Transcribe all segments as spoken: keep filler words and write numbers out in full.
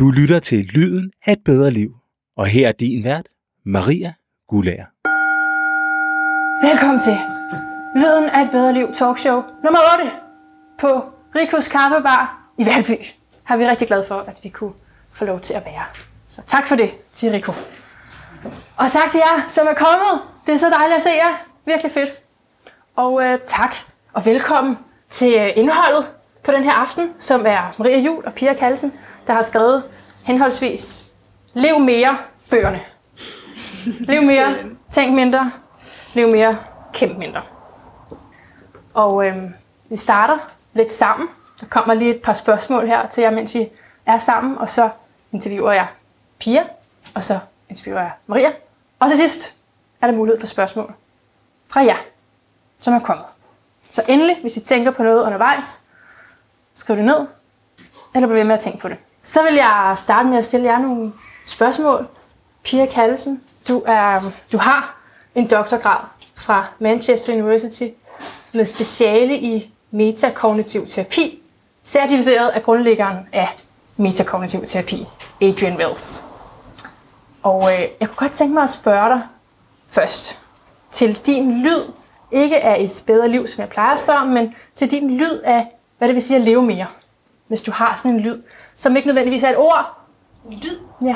Du lytter til Lyden af et bedre liv, og her er din vært, Maria Guldager. Velkommen til Lyden af et bedre liv talkshow nummer otte på Ricos Kaffebar i Valby. Har vi rigtig glad for, at vi kunne få lov til at være. Så tak for det til Rico. Og tak til jer, som er kommet. Det er så dejligt at se jer. Virkelig fedt. Og øh, tak og velkommen til øh, indholdet på den her aften, som er Maria Juhl og Pia Callesen, der har skrevet henholdsvis Lev mere bøgerne. Lev mere, tænk mindre. Lev mere, kæmp mindre. Og øh, vi starter lidt sammen. Der kommer lige et par spørgsmål her til jer, mens I er sammen. Og så interviewer jeg Pia, og så interviewer jeg Maria. Og til sidst er der mulighed for spørgsmål fra jer, som er kommet. Så endelig, hvis I tænker på noget undervejs, skriv det ned, eller bliv ved med at tænke på det. Så vil jeg starte med at stille jer nogle spørgsmål. Pia Callesen, du, er, du har en doktorgrad fra Manchester University med speciale i metakognitiv terapi, certificeret af grundlæggeren af metakognitiv terapi, Adrian Wells. Og øh, jeg kunne godt tænke mig at spørge dig først til din lyd, ikke af et bedre liv, som jeg plejer at spørge, men til din lyd af, hvad det vil sige at leve mere. Hvis du har sådan en lyd, som ikke nødvendigvis er et ord. En lyd? Ja.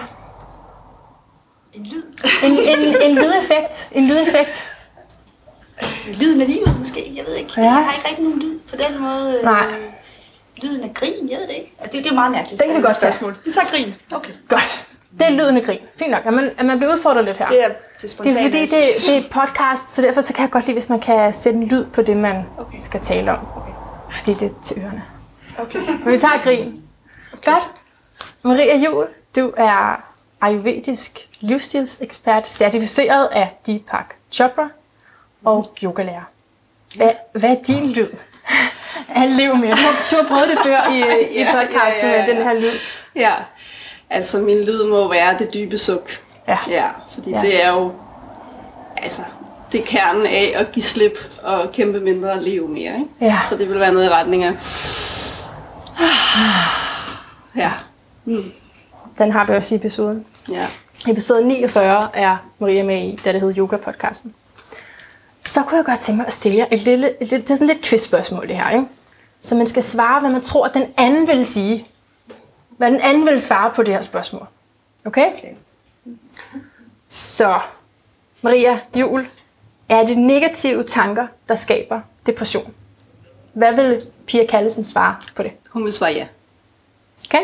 En lyd? En, en, en lydeffekt. En lydeffekt. Øh, lyden af livet måske, jeg ved ikke. Ja. Jeg har ikke rigtig nogen lyd på den måde. Nej. Øh, lyden af grin, jeg ved det ikke. Altså, det, det er meget mærkeligt. Den kan vi godt tage. Spørgsmål. Vi tager grin. Okay. Godt. Det er lyden af grin. Fint nok. At man, at man bliver udfordret lidt her. Det er det Det spontane. er fordi, det, det er et podcast, så derfor så kan jeg godt lide, hvis man kan sætte en lyd på det, man Okay. skal tale om. Okay. Fordi det er til ørerne. Okay. Men vi tager grin. Okay. Godt. Maria Juhl, du er ayurvedisk livsstilsekspert, certificeret af Deepak Chopra og yogalærer. Hvad, hvad er din lyd af liv med? Du har, du har prøvet det før i, i Ja, podcasten ja, ja, ja. med den her lyd. Ja, altså min lyd må være det dybe suk. Ja. Ja, fordi Ja. ja. det er jo, altså, det er kernen af at give slip og kæmpe mindre og leve mere, ikke? Ja. Så det vil være noget i retning af, ja, mm. Den har vi også i episoden. ja. Episode niogfyrre er Maria med i, da det hedder Yoga-podcasten. Så kunne jeg godt tænke mig at stille jer et lille, et lille, det er sådan lidt quiz-spørgsmål det her, ikke? Så man skal svare, hvad man tror, at den anden vil sige. Hvad den anden vil svare på det her spørgsmål. Okay? Okay. Så, Maria Juhl, er det negative tanker, der skaber depression? Hvad vil Pia Callesen svare på det? Hun vil svare ja. Okay?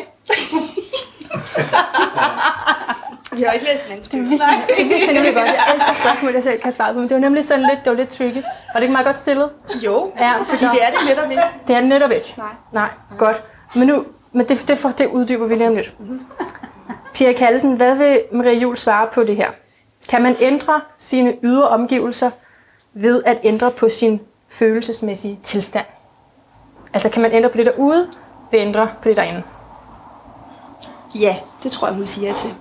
Jeg har ikke læst den anden Det spørgsmål. vidste, det vidste jeg nemlig godt. Jeg elsker spørgsmål, jeg selv kan svare på. Men det var nemlig sådan lidt, det var lidt tricky. Var det ikke meget godt stillet? Jo, Ja, fordi det er det netop ikke. Det er det netop ikke. Nej. Nej, godt. Men nu, men det, det, for, det uddyber vi lige om lidt. Pia Callesen, hvad vil Maria Juhl svare på det her? Kan man ændre sine ydre omgivelser ved at ændre på sin følelsesmæssige tilstand? Altså kan man ændre på det derude ved at ændre på det derinde? Ja, det tror jeg, hun siger til.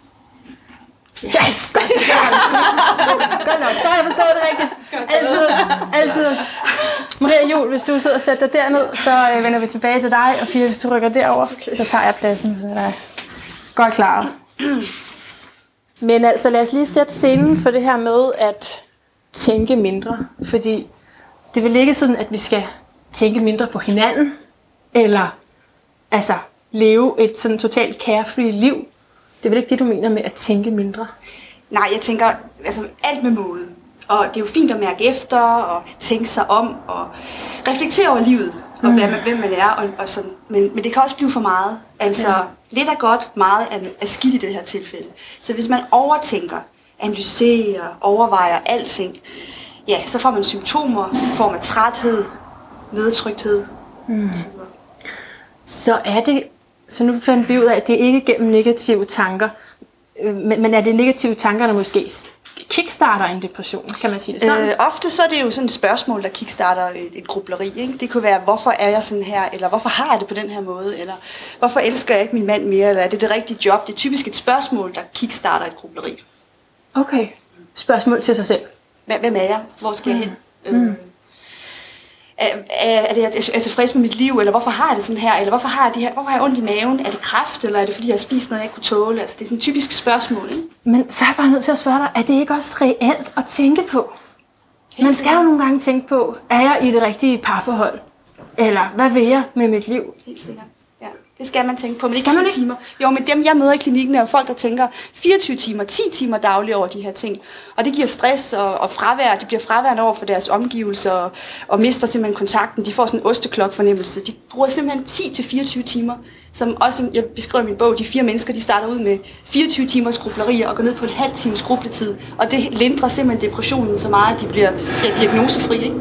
Yes! Godt, godt nok, så har jeg forstået det rigtigt. Altid, altid. Maria Juhl, hvis du sidder og sætter dig derned, så øh, vender vi tilbage til dig. Og Pia, hvis du rykker derover, okay. Så tager jeg pladsen. Så er der godt klaret. Men altså, lad os lige sætte scenen for det her med at tænke mindre. Fordi det vil ikke sådan, at vi skal tænke mindre på hinanden. Eller altså leve et sådan totalt carefree liv. Det er vel ikke det, du mener med at tænke mindre? Nej, jeg tænker altså alt med måde. Og det er jo fint at mærke efter og tænke sig om og reflektere over livet og mm. hvad man, hvem man er. Og, og sådan. Men, men det kan også blive for meget. Altså ja. Lidt er godt, meget er, er skidt i det her tilfælde. Så hvis man overtænker, analyserer, overvejer alting, ja, så får man symptomer i form af træthed, nedtrykthed mm. osv. Så er det, så nu fandt vi ud af, at det ikke er gennem negative tanker, men, men er det negative tanker, der måske kickstarter en depression, kan man sige det sådan? Øh, ofte så er det jo sådan et spørgsmål, der kickstarter et, et grubleri, ikke? Det kunne være, hvorfor er jeg sådan her, eller hvorfor har jeg det på den her måde, eller hvorfor elsker jeg ikke min mand mere, eller er det det rigtige job? Det er typisk et spørgsmål, der kickstarter et grubleri. Okay. Spørgsmål til sig selv. Hvem er jeg? Hvor skal jeg hen? Mm. Øh, er, er det, jeg er tilfreds med mit liv, eller hvorfor har jeg det sådan her, eller hvorfor har jeg, det her, hvorfor har jeg ondt i maven, er det kræft, eller er det fordi, jeg har spist noget, jeg ikke kunne tåle? Altså, det er sådan et typisk spørgsmål, ikke? Men så er jeg bare nødt til at spørge dig, er det ikke også reelt at tænke på? Helt Man skal sikkert. jo nogle gange tænke på, er jeg i det rigtige parforhold? Eller hvad vil jeg med mit liv? Helt sikkert. Ja, det skal man tænke på, men ikke ti ikke? timer. Jo, men dem, jeg møder i klinikken, er jo folk, der tænker fireogtyve timer, ti timer dagligt over de her ting. Og det giver stress og, og fravær. De bliver fraværende over for deres omgivelser og, og mister simpelthen kontakten. De får sådan en osteklok-fornemmelse. De bruger simpelthen ti til fireogtyve timer. Som også, jeg beskriver i min bog, de fire mennesker, de starter ud med fireogtyve timers grublerier og går ned på en halv times grubletid. Og det lindrer simpelthen depressionen så meget, at de bliver ja, diagnosefri, ikke?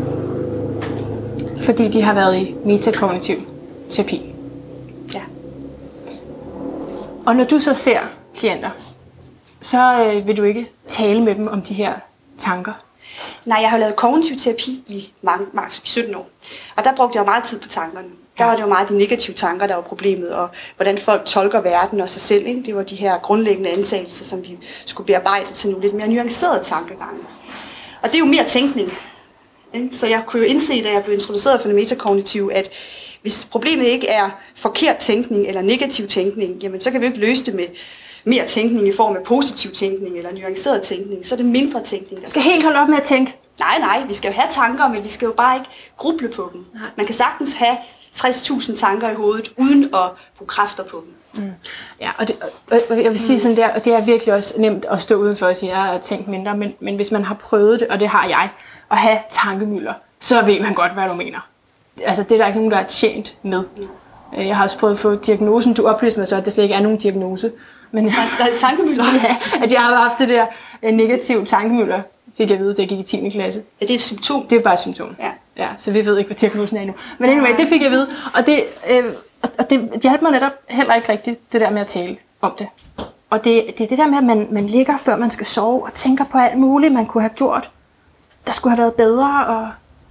Fordi de har været i metakognitiv terapi. Ja. Og når du så ser klienter, så øh, vil du ikke tale med dem om de her tanker? Nej, jeg har lavet kognitiv terapi i mange, mange, sytten år. Og der brugte jeg meget tid på tankerne. Der var det jo meget de negative tanker, der var problemet, og hvordan folk tolker verden og sig selv. Ikke? Det var de her grundlæggende antagelser, som vi skulle bearbejde til nogle lidt mere nuancerede tankegange. Og det er jo mere tænkning. Ikke? Så jeg kunne jo indse, da jeg blev introduceret for det metakognitive, at hvis problemet ikke er forkert tænkning eller negativ tænkning, jamen så kan vi jo ikke løse det med mere tænkning i form af positiv tænkning eller nuanceret tænkning. Så er det mindre tænkning. Du skal helt holde op med at tænke. Nej, nej, vi skal jo have tanker, men vi skal jo bare ikke gruble på dem. Nej. Man kan sagtens have tres tusind tanker i hovedet, uden at bruge kræfter på dem. Mm. Ja, og, det, og, og jeg vil sige sådan der, og det er virkelig også nemt at stå udenfor og sige, at jeg har tænkt mindre, men, men hvis man har prøvet det, og det har jeg, at have tankemylder, så ved man godt, hvad du mener. Altså, det er der ikke nogen, der er tjent med. Mm. Jeg har også prøvet at få diagnosen. Du oplyste mig så, at det slet ikke er nogen diagnose. Men der er tankemylder? Ja, at jeg har haft det der negative tankemylder, fik jeg vide, da jeg gik i tiende klasse. Ja, det er et symptom. Det er bare et symptom. Ja. Ja, så vi ved ikke, hvad diagnosen er endnu. Men anyway, det fik jeg at vide. Og det, øh, og det hjalp mig netop heller ikke rigtigt, det der med at tale om det. Og det, det er det der med, at man, man ligger, før man skal sove, og tænker på alt muligt, man kunne have gjort. Der skulle have været bedre og,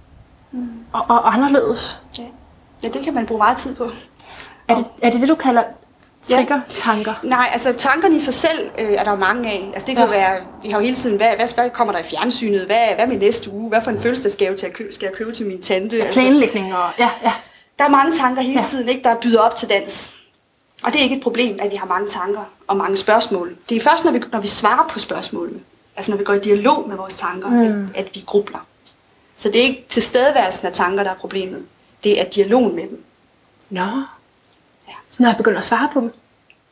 mm. og, og anderledes. Ja. Ja, det kan man bruge meget tid på. Er det er det, det, du kalder trigger-tanker? Ja. Nej, altså tankerne i sig selv øh, er der jo mange af. Altså det kan ja. jo være, vi har jo hele tiden, hvad, hvad, hvad kommer der i fjernsynet? Hvad, hvad med næste uge? Hvad for en fødselsdagsgave til at købe, skal jeg købe til min tante? Ja, planlægning og ja, ja. Der er mange tanker hele ja. tiden, ikke, der byder op til dans. Og det er ikke et problem, at vi har mange tanker og mange spørgsmål. Det er først, når vi, når vi svarer på spørgsmålene, altså når vi går i dialog med vores tanker, mm. at, at vi grubler. Så det er ikke tilstedeværelsen af tanker, der er problemet. Det er dialogen med dem. Nå. Ja. Så når jeg begynder at svare på dem?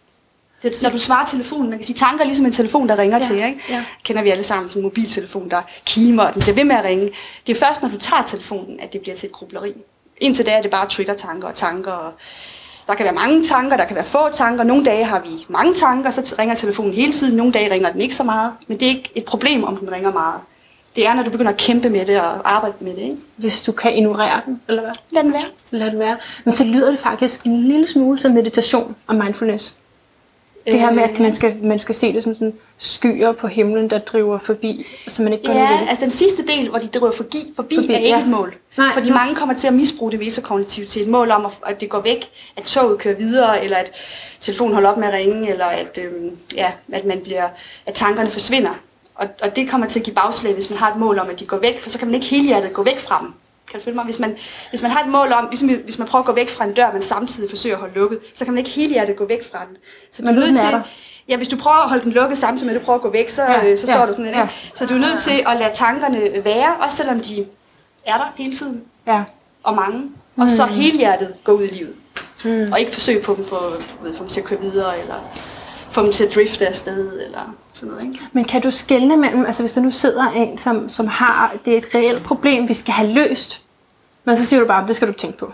Det, når du svarer telefonen, man kan sige, tanker er ligesom en telefon, der ringer ja. til, ikke? Ja. Kender vi alle sammen som en mobiltelefon, der kimer, og den bliver ved med at ringe. Det er først, når du tager telefonen, at det bliver til et grubleri. Indtil da er det bare trigger-tanker og tanker. Og der kan være mange tanker, der kan være få tanker. Nogle dage har vi mange tanker, så ringer telefonen hele tiden. Nogle dage ringer den ikke så meget. Men det er ikke et problem, om den ringer meget. Det er, når du begynder at kæmpe med det og arbejde med det, ikke? Hvis du kan ignorere den, eller hvad? Lad den være. Lad den være. Men så lyder det faktisk en lille smule som meditation og mindfulness. Det her med, at man skal, man skal se det som sådan skyer på himlen, der driver forbi, så man ikke går ja, ned i det. Altså den sidste del, hvor de driver forbi, forbi, forbi er ikke ja. et mål. Nej, fordi nej. mange kommer til at misbruge det metakognitivt til et mål om, at det går væk, at toget kører videre, eller at telefonen holder op med at ringe, eller at, øhm, ja, at, man bliver, at tankerne forsvinder. Og, og det kommer til at give bagslag, hvis man har et mål om, at de går væk, for så kan man ikke helhjertet gå væk fra dem. Kan du følge mig? Hvis man, hvis man har et mål om, ligesom hvis man prøver at gå væk fra en dør, man samtidig forsøger at holde lukket, så kan man ikke helhjertet gå væk fra den. Så du er nødt til, ja, hvis du prøver at holde den lukket samtidig med, at du prøver at gå væk, så, ja, så står ja, du sådan lidt. Ja. Så du er nødt til at lade tankerne være, også selvom de er der hele tiden. Ja. Og mange. Og mm. så helhjertet gå ud i livet. Mm. Og ikke forsøge på dem for, for dem til at køre videre, eller få dem til at drifte afsted, eller sådan noget, ikke? Men kan du skelne mellem, altså hvis der nu sidder en, som, som har, det er et reelt problem, vi skal have løst, men så siger du bare, det skal du tænke på.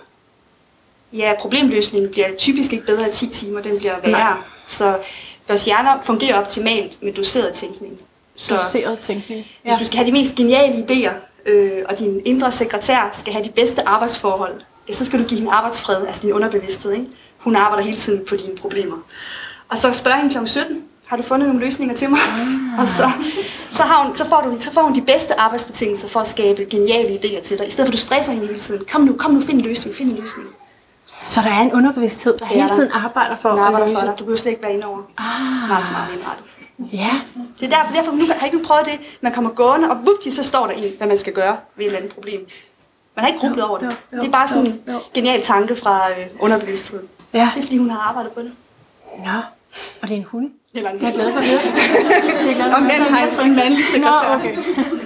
Ja, problemløsningen bliver typisk ikke bedre i ti timer, den bliver værre. Nej. Så vores hjerner fungerer optimalt med doseret tænkning. Så doseret tænkning. Ja. Hvis du skal have de mest geniale idéer, øh, og din indre sekretær skal have de bedste arbejdsforhold, ja, så skal du give hende arbejdsfred, altså din underbevidsthed, ikke? Hun arbejder hele tiden på dine problemer. Og så spørger hende klokken sytten, har du fundet nogle løsninger til mig? Ah. Og så, så, har hun, så, får du, så får hun de bedste arbejdsbetingelser for at skabe geniale idéer til dig, i stedet for at du stresser hende hele tiden. Kom nu, kom nu, find en løsning, find en løsning. Så der er en underbevidsthed, der hele tiden arbejder for at arbejder for dig. Du kan jo slet ikke være inde over. Ah. Meget smart indrettet. Ja. Det er derfor, nu har ikke nu prøvet det. Man kommer gående, og vupti, så står der en, hvad man skal gøre ved et eller andet problem. Man har ikke grublet over det. jo, jo, det er bare sådan en jo, jo. genial tanke fra øh, underbevidsthed. Ja. Det er fordi, hun har arbejdet på det. Nå, og det er en hund. Eller en Jeg er glad for at høre. Det er glad for Og manden har en, en mandlig sekretær. Nå, okay.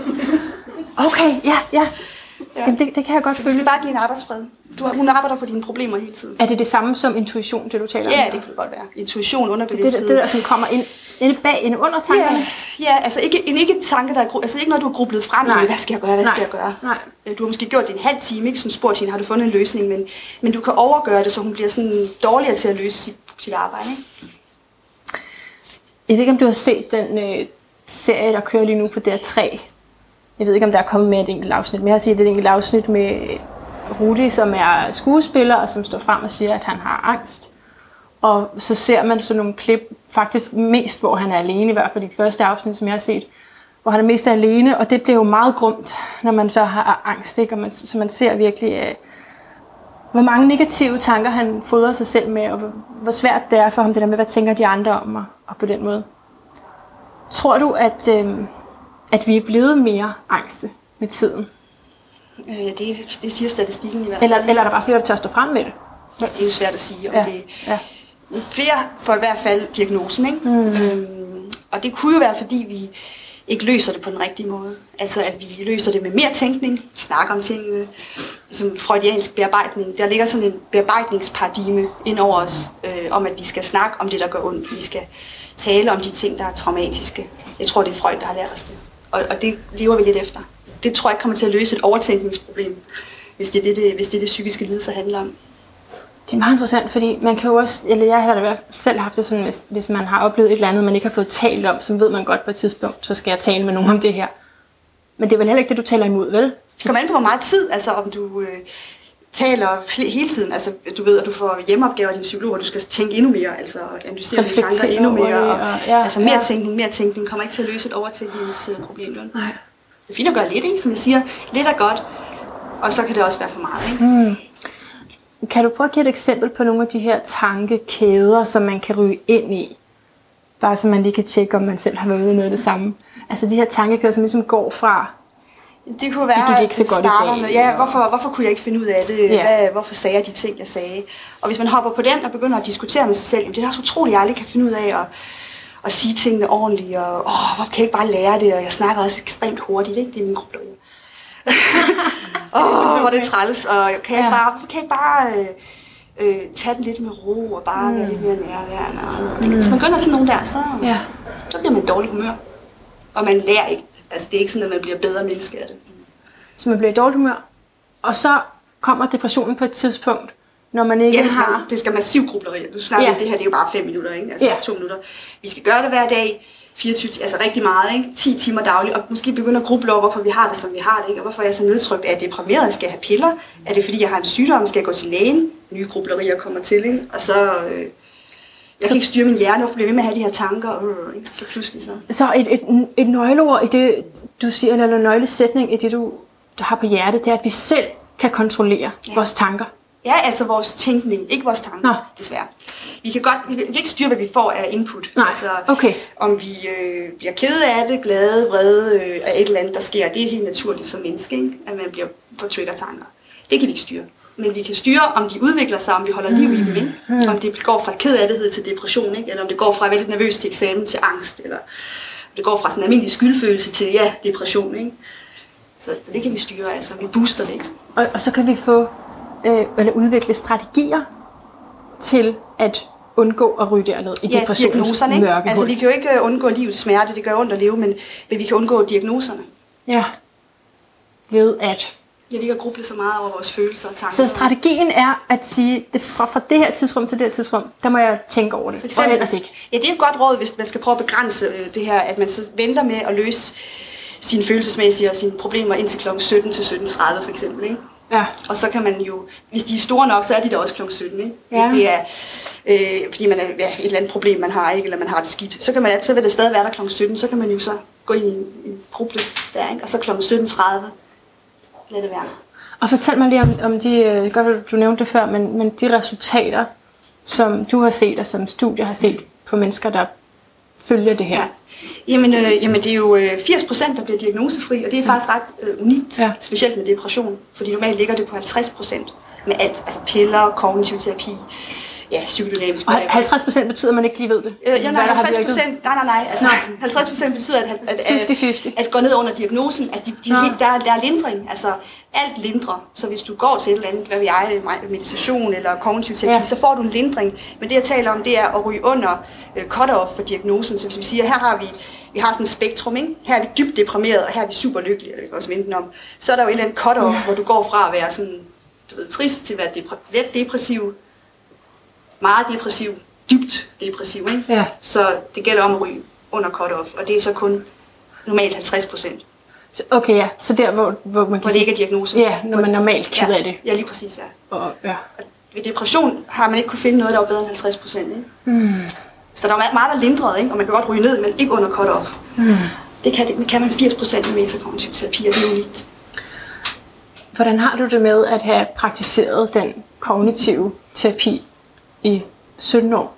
Okay, ja, ja. Jamen, det, det kan jeg godt Så vi følge. skal bare give en arbejdsfred. Du, har- hun arbejder på dine problemer hele tiden. Er det det samme som intuition, det du taler om? Ja, det kunne det godt være. Intuition, Det, underbevidsthed. det, det der sådan kommer ind, ind bag, ind under tankerne? Ja, ja, altså ikke en ikke en tanke, der er, gru- altså ikke noget, du har grublet frem Nej. med, hvad skal jeg gøre, hvad Nej. skal jeg gøre? Nej. Øh, Du har måske gjort det en halv time, ikke? Sådan spurgt hende, har du fundet en løsning, men, men du kan overgøre det, så hun bliver sådan dårligere til at løse sit, sit arbejde, ikke? Jeg ved ikke, om du har set den øh, serie, der kører lige nu på D R tre. Jeg ved ikke, om der er kommet med et enkelt afsnit, men jeg har set et enkelt afsnit med Rudi, som er skuespiller, og som står frem og siger, at han har angst. Og så ser man sådan nogle klip, faktisk mest, hvor han er alene, i hvert fald i det første afsnit, som jeg har set, hvor han er mest alene, og det bliver jo meget grumt, når man så har angst, ikke? Og man, så man ser virkelig, øh, hvor mange negative tanker han fodrer sig selv med, og hvor, hvor svært det er for ham, det der med, hvad tænker de andre om mig, og på den måde. Tror du, at, øh, at vi er blevet mere angste med tiden? Øh, Ja, det, det siger statistikken i hvert fald. Eller, eller er der bare flere, der tør stå frem med det? Det er jo svært at sige, om Ja, det ja. flere får i hvert fald diagnosen, ikke? Mm. Øhm, og det kunne jo være, fordi vi ikke løser det på den rigtige måde. Altså, at vi løser det med mere tænkning, snakker om tingene, ligesom freudiansk bearbejdning. Der ligger sådan en bearbejdningsparadigme ind over os, øh, om at vi skal snakke om det, der gør ondt. Vi skal tale om de ting, der er traumatiske. Jeg tror, det er Freud, der har lært os det. Og, og det lever vi lidt efter. Det tror jeg ikke kommer til at løse et overtænkningsproblem, hvis det er det, det, hvis det, er det psykiske lidelse handler om. Det er meget interessant, fordi man kan jo også, eller jeg har da i hvert fald selv haft det sådan, hvis, hvis man har oplevet et eller andet, man ikke har fået talt om, så ved man godt på et tidspunkt, så skal jeg tale med nogen om det her. Men det er vel heller ikke det, du taler imod, vel? Det kommer an på, hvor meget tid, altså om du øh, taler hele tiden, altså du ved, at du får hjemmeopgaver af din psykolog, og du skal tænke endnu mere, altså analysere dine tanker Reflektere endnu over mere, det, og, og- ja, altså mere ja. tænkning, mere tænkning kommer ikke til at løse et overtænkningsproblem. vel? Nej. Det er fint at gøre lidt, ikke? Som jeg siger, lidt er godt, og så kan det også være for meget, ikke? Mm. Kan du prøve at give et eksempel på nogle af de her tankekæder, som man kan ryge ind i? Bare så man lige kan tjekke, om man selv har været ude i noget af det samme. Altså de her tankekæder, som ligesom går fra... Det kunne Det være, gik at ikke så det godt i starter dag, med, ja, eller- hvorfor, hvorfor kunne jeg ikke finde ud af det? Ja. Hvad, hvorfor sagde jeg de ting, jeg sagde? Og hvis man hopper på den og begynder at diskutere med sig selv, jamen, det er da så utroligt, jeg aldrig kan finde ud af at, at sige tingene ordentligt, og åh, hvorfor kan jeg ikke bare lære det? Og jeg snakker også ekstremt hurtigt, ikke? Det er min grublerier. Åh, oh, hvor er det træls, og kan jeg ikke Ja. bare, hvorfor kan jeg ikke bare øh, øh, tage den lidt med ro, og bare mm. være lidt mere nærværende? Og, mm. Hvis man begynder sådan nogen der, så, Ja. så bliver man i dårlig humør. Og man lærer ikke. Altså, det er ikke sådan, at man bliver bedre menneske af det. Så man bliver i dårligt humør. Og så kommer depressionen på et tidspunkt, når man ikke Ja, hvis har... man, det skal massiv grublerier. Du snakker Ja. om, det her det er jo bare fem minutter, ikke? Altså Ja. to minutter. Vi skal gøre det hver dag, fireogtyve, altså rigtig meget, ikke? ti timer dagligt, og måske begynde at gruble over, hvorfor vi har det, som vi har det, ikke? Og hvorfor er jeg så nedtrykt? Er jeg deprimeret? Skal jeg have piller? Er det, fordi jeg har en sygdom? Skal jeg gå til lægen? Nye grublerier kommer til, ikke? Og så... Øh, jeg kan ikke styre min hjerne, hvorfor bliver jeg ved med at have de her tanker? Øh, ikke? Så pludselig så... Så et, et, et nøgleord i det, du siger, eller en nøglesætning i det, du har på hjertet, det er, at vi selv kan kontrollere ja. vores tanker. Ja, altså vores tænkning, ikke vores tanker, Nå. desværre. Vi kan godt, vi kan ikke styre, hvad vi får af input. Nej, altså, okay. Om vi øh, bliver kede af det, glade, vrede øh, af et eller andet, der sker, det er helt naturligt som menneske, ikke? At man bliver for trigger-tanker. Det kan vi ikke styre. Men vi kan styre, om de udvikler sig, om vi holder liv i dem, ikke? Mm. Om det går fra kedelighed til depression, ikke? Eller om det går fra at være lidt nervøs til eksamen til angst, eller om det går fra sådan en almindelig skyldfølelse til, ja, depression, ikke? Så, så det kan vi styre, altså. Vi booster det, ikke? Og, og så kan vi få øh, eller udvikle strategier til at undgå at ryge derned i Ja, depressionens diagnoserne, ikke? mørke Altså, hul. vi kan jo ikke øh, undgå livets smerte, det gør ondt at leve, men, men vi kan undgå diagnoserne. Ja, ved at... Ja, vi kan gruble så meget over vores følelser og tanker. Så strategien er at sige, det fra, fra det her tidsrum til det her tidsrum, der må jeg tænke over det, For og eksempel, ellers ikke. Ja, det er et godt råd, hvis man skal prøve at begrænse øh, det her, at man så venter med at løse sine følelsesmæssige og sine problemer indtil klokken sytten til sytten tredive for eksempel, ikke? Ja. Og så kan man jo, hvis de er store nok, så er de der også klokken sytten, ikke? Hvis Ja. det er, øh, fordi man er ja, et eller andet problem, man har, ikke? Eller man har det skidt, så, kan man, så vil det stadig være der klokken sytten, så kan man jo så gå ind i en, en gruble der, ikke? Og så klokken sytten tredive, lad det være. Og fortæl mig lige om, om de, øh, godt du nævnte det før, men, men de resultater, som du har set, og som studier har set på mennesker, der følger det her. Ja. Jamen, øh, jamen det er jo øh, firs procent, der bliver diagnosefri, og det er faktisk ret øh, unikt, ja. Specielt med depression, fordi normalt ligger det på halvtreds procent med alt, altså piller, kognitiv terapi, ja, psykodynamisk. Og halvtreds procent betyder, at man ikke lige ved det? Øh, ja, nej, halvtreds procent, nej, nej, nej, altså nej. halvtreds procent betyder, at, at, at, at, at gå ned under diagnosen, altså de, de, ja. der, der er lindring, altså alt lindrer, så hvis du går til et eller andet, hvad vi jeg, meditation eller kognitiv terapi, ja. Så får du en lindring, men det jeg taler om, det er at ryge under uh, cut-off for diagnosen, så hvis vi siger, her har vi, vi har sådan et spektrum, ikke? Her er vi dybt deprimeret, og her er vi super lykkelige, eller vi kan også vente om, så er der jo et eller andet cut-off, ja. Hvor du går fra at være sådan, du ved, trist til at være depre- let depressiv, meget depressiv, dybt depressiv, ikke? Ja. Så det gælder om at ryge under cut-off, og det er så kun normalt halvtreds procent. Okay, ja. Så der, hvor, hvor man kan hvor det ikke er diagnosen. Ja, når man normalt ked af det. Ja, lige præcis, ja. Og, ja. Og ved depression har man ikke kunne finde noget, der var bedre end halvtreds procent, ikke? Mm. Så der er meget, der lindrede, ikke? Og man kan godt ryge ned, men ikke under cut-off. Mm. Det kan, det kan man firs procent i metakognitiv terapi, og det er unikt. Hvordan har du det med at have praktiseret den kognitive terapi i sytten år,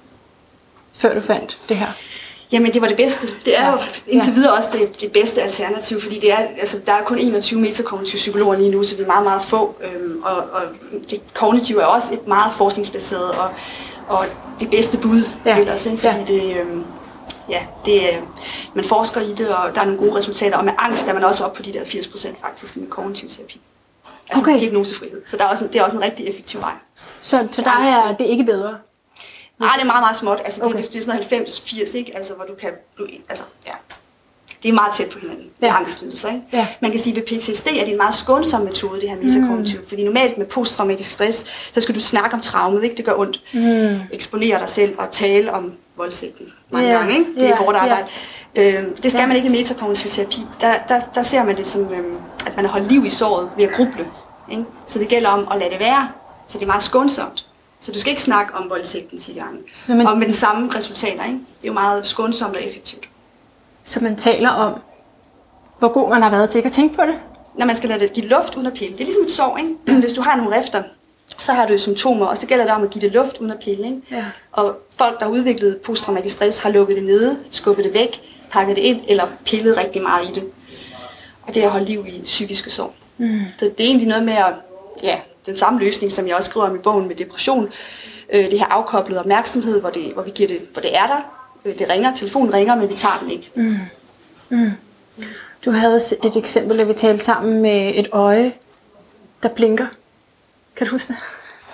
før du fandt det her? Jamen, det var det bedste. Det er jo indtil videre også det, det bedste alternativ, fordi det er, altså, der er kun enogtyve metakognitive psykologer lige nu, så vi er meget, meget få. Øhm, og, og det kognitive er også et meget forskningsbaseret og, og det bedste bud ja. Ellers, ikke? Fordi ja. det, øhm, ja, det, man forsker i det, og der er nogle gode resultater. Og med angst er man også oppe på de der firs procent faktisk med kognitiv terapi. Altså okay. Diagnosefrihed. Så der er også, det er også en rigtig effektiv vej. Så til dig er det ikke bedre? Nej, det er meget, meget småt. Altså, okay. det, det er sådan halvfems firs, ikke? Altså, hvor du kan... Du, altså, ja. Det er meget tæt på hinanden, ja. Med angstlidelser, ikke? Ja. Man kan sige, at ved P T S D er det en meget skånsom metode, det her metakognitiv. Mm. Fordi normalt med posttraumatisk stress, så skal du snakke om traumet, ikke? Det gør ondt. Mm. Eksponere dig selv og tale om voldtægten mange yeah. gange, ikke? Det er yeah. hårdt arbejde. Yeah. Øhm, det skal yeah. man ikke i metakognitiv terapi. Der, der, der ser man det som, øhm, at man har holdt liv i såret ved at gruble, ikke? Så det gælder om at lade det være. Så det er meget skånsomt. Så du skal ikke snakke om voldtægten ti gange. Man, og med den samme resultater, ikke? Det er jo meget skånsomt og effektivt. Så man taler om, hvor god man har været til ikke at tænke på det? Når man skal lade det give luft uden at pille. Det er ligesom et sår, ikke? Hvis du har nogle rifter, så har du symptomer, og så gælder det om at give det luft uden at pille, ikke? Ja. Og folk, der har udviklet posttraumatisk stress, har lukket det nede, skubbet det væk, pakket det ind, eller pillet rigtig meget i det. Og det er at holde liv i psykiske sår. Mm. Så det er egentlig noget med at, ja, den samme løsning, som jeg også skriver om i bogen med depression. Øh, det her afkoblede opmærksomhed, hvor, det, hvor vi giver det, hvor det er der. Det ringer, telefonen ringer, men vi tager den ikke. Mm. Mm. Du havde et eksempel, at vi talte sammen med et øje, der blinker. Kan du huske det?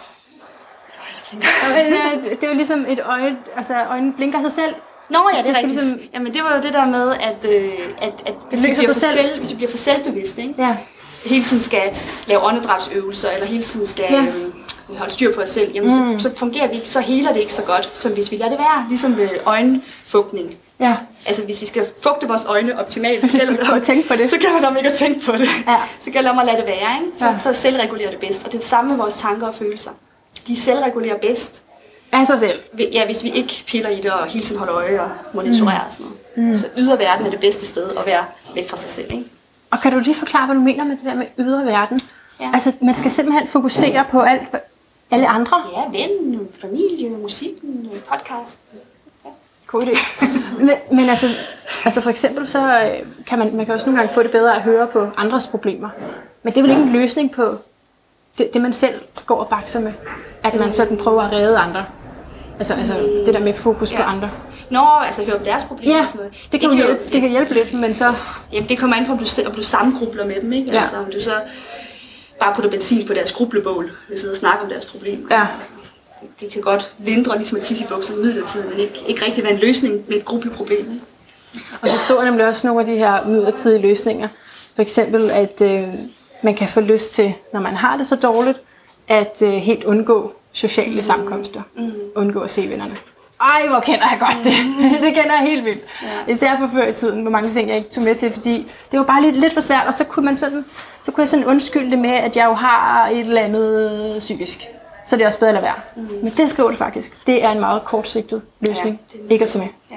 Det er jo ligesom et øje, altså øjnene blinker sig selv. Nå ja, det er rigtigt. Ligesom... Jamen det var jo det der med, at, øh, at, at hvis, vi bliver for selv, hvis vi bliver for selvbevidste, ikke? Ja. Hele tiden skal lave åndedrætsøvelser, eller hele tiden skal ja. øh, holde styr på os selv, jamen mm. så, så fungerer vi ikke, så heler det ikke så godt, som hvis vi lader det være, ligesom ved øjenfugtning. Ja. Altså hvis vi skal fugte vores øjne optimalt, selv, om, tænke på det. så kan man om ikke at tænke på det. Ja. Så gælder det om at lade det være, ikke? Så, ja. så selvregulerer det bedst. Og det er det samme med vores tanker og følelser. De selvregulerer bedst. Af sig selv? Ja, hvis vi ikke piller i det og hele tiden holder øje og monitorerer mm. og sådan noget. Mm. Så ydre verden er det bedste sted at være væk fra sig selv, ikke? Og kan du lige forklare, hvad du mener med det der med ydre verden? Ja. Altså, man skal simpelthen fokusere på alt, alle andre? Ja, ven, familie, musikken, podcast. Ja. God idé. men, men altså, altså for eksempel så kan man, man kan også nogle gange få det bedre at høre på andres problemer. Men det er vel ikke en løsning på det, det man selv går og bakser med? At man sådan prøver at redde andre? Altså, altså det der med fokus ja. På andre. Nå, altså høre om deres problemer ja, og sådan noget. Det kan, det, kan hjælpe, det kan hjælpe lidt, men så... Jamen det kommer an på, om du, om du sammengrubler med dem, ikke? Ja. Altså om du så bare putter benzin på deres grublebål, og sidder og snakker om deres problemer. Ja. Altså, det, det kan godt lindre, ligesom at tisse i bukser midlertidigt, men ikke, ikke rigtig være en løsning med et grubleproblem. Ikke? Og så står nemlig også nogle af de her midlertidige løsninger. For eksempel, at øh, man kan få lyst til, når man har det så dårligt, at øh, helt undgå sociale mm. sammenkomster. Mm. Undgå at se vennerne. Ej, hvor kender jeg godt det. Det kender jeg helt vildt. Ja. Især for før i tiden, hvor mange ting jeg ikke tog med til, fordi det var bare lidt, lidt for svært, og så kunne, man sådan, så kunne jeg sådan undskylde det med, at jeg jo har et eller andet psykisk. Så det er også bedre at lade være. Mm. Men det skriver det faktisk. Det er en meget kortsigtet løsning. Ja, ikke at tage med. Ja.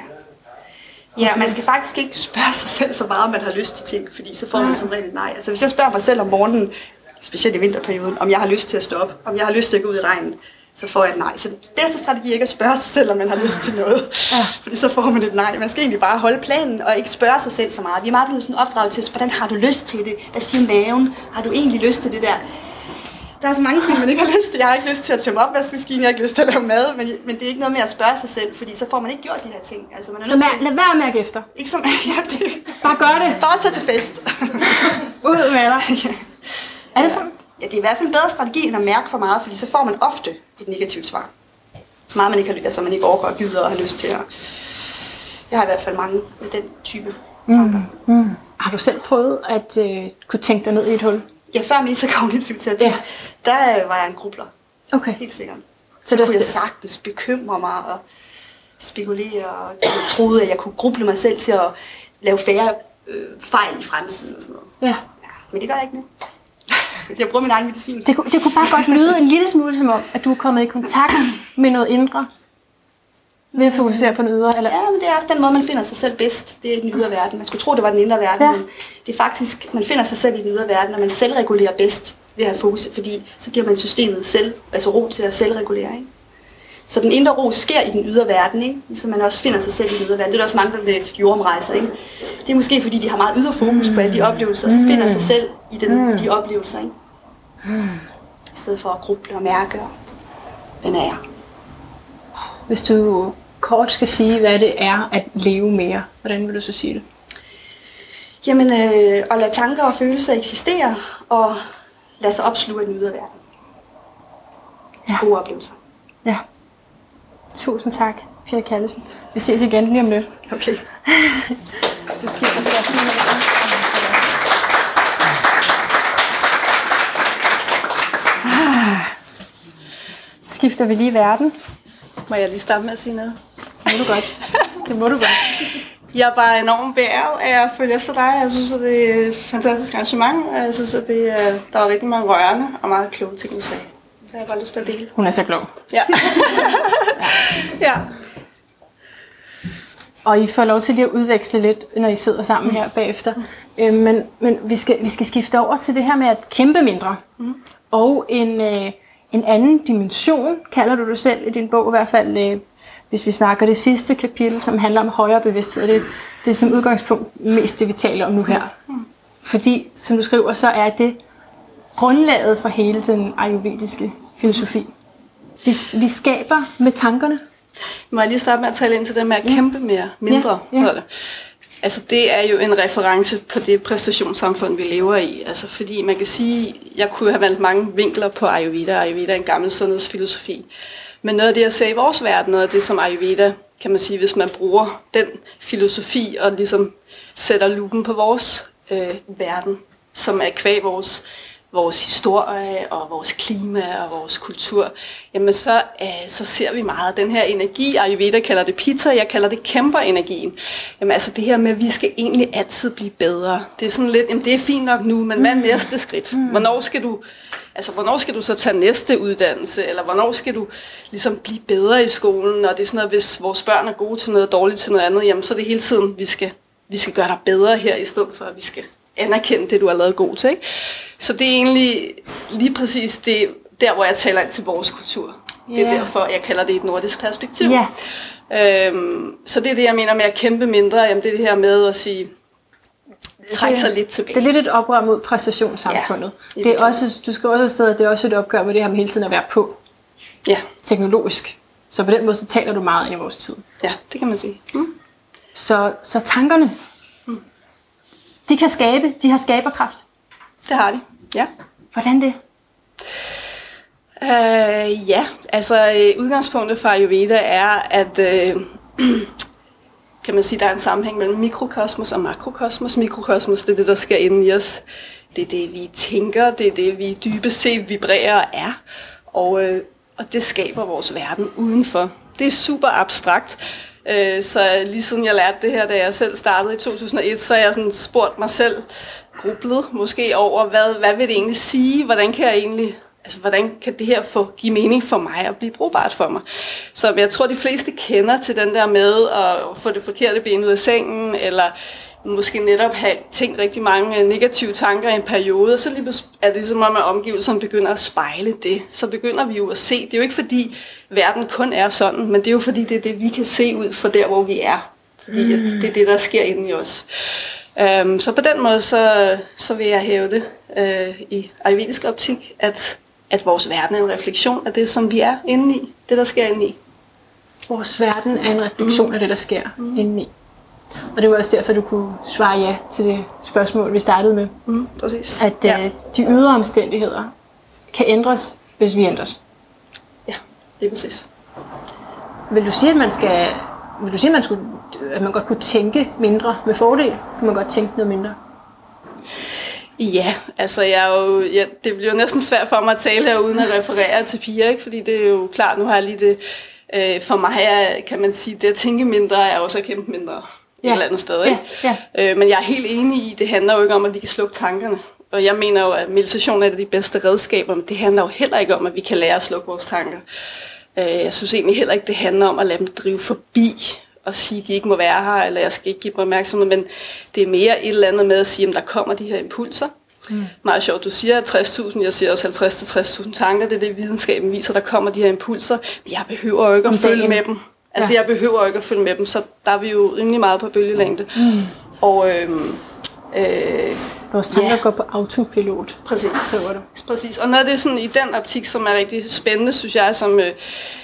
Ja, man skal faktisk ikke spørge sig selv så meget, om man har lyst til ting, fordi så får man som regel nej. Altså hvis jeg spørger mig selv om morgenen, specielt i vinterperioden, om jeg har lyst til at stå op, om jeg har lyst til at gå ud i regnen, så får jeg et nej. Så den bedste strategi er ikke at spørge sig selv, om man har lyst til noget. Ja. Fordi så får man et nej. Man skal egentlig bare holde planen og ikke spørge sig selv så meget. Vi er meget blevet sådan opdraget til, hvordan har du lyst til det? Hvad siger maven? Har du egentlig lyst til det der? Der er så mange ting, man ikke har lyst til. Jeg har ikke lyst til at tømme opvaskemaskinen, jeg har ikke lyst til at lave mad, men, men det er ikke noget med at spørge sig selv, fordi så får man ikke gjort de her ting. Altså, man er så mær- lad være med at efter. Ikke som, ja, det... Bare gør det. Bare tage til fest. Ud med dig. Ja. Er det sådan? Ja, det er i hvert fald en bedre strategi end at mærke for meget, fordi så får man ofte et negativt svar. Meget man ikke har, altså man ikke overgår og gider og har lyst til at... Jeg har i hvert fald mange med den type tanker. Mm. Mm. Har du selv prøvet at øh, kunne tænke dig ned i et hul? Ja, før metakognitiv terapi, ja. der øh, var jeg en grubler. Okay. Helt sikkert. Så, så det kunne jeg sagtens bekymre mig og spekulere, og jeg troede, at jeg kunne gruble mig selv til at lave færre øh, fejl i fremtiden og sådan noget. Ja. Ja, men det gør jeg ikke nu. Jeg bruger min egen medicin. Det kunne, det kunne bare godt lyde en lille smule som om, at du er kommet i kontakt med noget indre ved at fokusere på den ydre. Eller? Ja, men det er også den måde, man finder sig selv bedst. Det er den ydre verden. Man skulle tro, det var den indre verden, ja. Men det er faktisk, man finder sig selv i den ydre verden, når man selvregulerer bedst ved at have fokus. Fordi så giver man systemet selv, altså ro til at selvregulere. Ikke? Så den indre ro sker i den ydre verden, ikke? Ligesom man også finder sig selv i den ydre verden. Det er der også mange, der med jordomrejser. Ikke? Det er måske, fordi de har meget ydre fokus på alle de oplevelser, og så finder sig selv i, den, i de oplevelser. Ikke? I stedet for at gruble og mærke, hvem er jeg? Hvis du kort skal sige, hvad det er at leve mere, hvordan vil du så sige det? Jamen, øh, at lade tanker og følelser eksistere, og lade sig opsluge af den ydre verden. Ja. Gode oplevelser. Ja. Tusind tak, Pia Callesen. Vi ses igen lige om lidt. Okay. Så skifter vi også med ah. Skifter vi lige verden. Må jeg lige starte med at sige noget? Det må du godt. Det må du godt. Jeg er bare enormt beæret af at følge efter dig. Jeg synes, at det er et fantastisk arrangement, og jeg synes, at det er, der er rigtig mange rørende og meget kloge ting, du sagde. Det har jeg bare lyst til at dele. Hun er så klog. Ja. Ja. Og I får lov til lige at udveksle lidt, når I sidder sammen her bagefter. Øh, men men vi, skal, vi skal skifte over til det her med at kæmpe mindre. Mm. Og en, øh, en anden dimension, kalder du det selv i din bog i hvert fald, øh, hvis vi snakker det sidste kapitel, som handler om højere bevidsthed. Det, det er som udgangspunkt mest det, vi taler om nu her. Mm. Fordi, som du skriver, så er det grundlaget for hele den ayurvediske filosofi. Vi, vi skaber med tankerne. Må jeg lige starte med at tale ind til det med at kæmpe mere, mindre? Ja, ja. Altså det er jo en reference på det præstationssamfund, vi lever i. Altså fordi man kan sige, jeg kunne have valgt mange vinkler på Ayurveda. Ayurveda er en gammel sundhedsfilosofi. Men noget af det, jeg ser i vores verden, noget af det som Ayurveda, kan man sige, hvis man bruger den filosofi og ligesom sætter lupen på vores øh, verden, som er kvæg vores vores historie og vores klima og vores kultur, jamen så, øh, så ser vi meget af den her energi. Ayurveda kalder det pitta, jeg kalder det kæmperenergien. Jamen altså det her med, at vi skal egentlig altid blive bedre. Det er sådan lidt, jamen det er fint nok nu, men hvad er næste skridt? Hvornår skal du, altså hvornår skal du så tage næste uddannelse, eller hvornår skal du ligesom blive bedre i skolen? Og det er sådan noget, hvis vores børn er gode til noget, dårligt til noget andet, jamen så er det hele tiden, vi skal, vi skal gøre dig bedre her, i stedet for at vi skal anerkende det, du har lavet god til. Ikke? Så det er egentlig lige præcis det, der, hvor jeg taler ind til vores kultur. Yeah. Det er derfor, jeg kalder det et nordisk perspektiv. Yeah. Øhm, så det er det, jeg mener med at kæmpe mindre. Jamen, det er det her med at sige, trække sig lidt tilbage. Det er lidt et oprør mod præstationssamfundet. Ja, det er også, du skal også afsted, at det er også et opgør med det her med hele tiden at være på. Ja. Teknologisk. Så på den måde, så taler du meget ind i vores tid. Ja, det kan man sige. Mm. Så, så tankerne, mm. de kan skabe, de har skaberkraft. Det har de, ja. Hvordan det? Øh, ja, altså øh, udgangspunktet for Ayurveda er, at øh, kan man sige, der er en sammenhæng mellem mikrokosmos og makrokosmos. Mikrokosmos, det er det, der sker inde i os. Det er det, vi tænker, det er det, vi dybest set vibrerer og er. Og, øh, og det skaber vores verden udenfor. Det er super abstrakt. Øh, så lige siden jeg lærte det her, da jeg selv startede i to tusind og et, så har jeg sådan spurgt mig selv, grublet måske over, hvad, hvad vil det egentlig sige? Hvordan kan jeg egentlig, altså hvordan kan det her få give mening for mig og blive brugbart for mig? Så jeg tror, de fleste kender til den der med at få det forkerte ben ud af sengen, eller måske netop have tænkt rigtig mange negative tanker i en periode, og så lige er det som om, at omgivelserne begynder at spejle det. Så begynder vi jo at se. Det er jo ikke fordi, verden kun er sådan, men det er jo fordi, det er det, vi kan se ud for der, hvor vi er. Fordi mm. det er det, der sker inde i os. Um, så på den måde, så, så vil jeg hæve det uh, i ayurvedisk optik, at, at vores verden er en refleksion af det, som vi er inde i. Det, der sker inde i. Vores verden er en refleksion mm. af det, der sker mm. inde i. Og det var også derfor, du kunne svare ja til det spørgsmål, vi startede med. Mm, præcis. At ja. øh, de ydre omstændigheder kan ændres, hvis vi ændres. Ja, det er præcis. Vil du sige, at man skal, vil du sige, at man, skulle, at man godt kunne tænke mindre med fordel? Kunne man godt tænke noget mindre? Ja, altså jeg er jo, ja, det bliver jo næsten svært for mig at tale her uden at referere til piger, ikke? Fordi det er jo klart, nu har jeg lige det, øh, for mig er, kan man sige, det at tænke mindre er også at kæmpe mindre. Ja. Et eller andet sted, ikke? Ja, ja. Øh, men jeg er helt enig i, det handler jo ikke om, at vi kan slukke tankerne. Og jeg mener jo, at meditation er et af de bedste redskaber, men det handler jo heller ikke om, at vi kan lære at slukke vores tanker. Øh, jeg synes egentlig heller ikke, det handler om at lade dem drive forbi og sige, at de ikke må være her, eller jeg skal ikke give dem opmærksomhed, men det er mere et eller andet med at sige, at der kommer de her impulser. Mm. Meget sjovt, du siger tres tusind, jeg siger også halvtreds til tres tusind tanker, det er det, videnskaben viser, der kommer de her impulser. Jeg behøver jo ikke at følge med dem. Altså, ja. Jeg behøver ikke at følge med dem, så der er vi jo rimelig meget på bølgelængde. Mm. Og øhm, øh, vores tanker ja. går på autopilot. Præcis. Præcis. Og noget af det sådan i den optik, som er rigtig spændende, synes jeg, som, øh,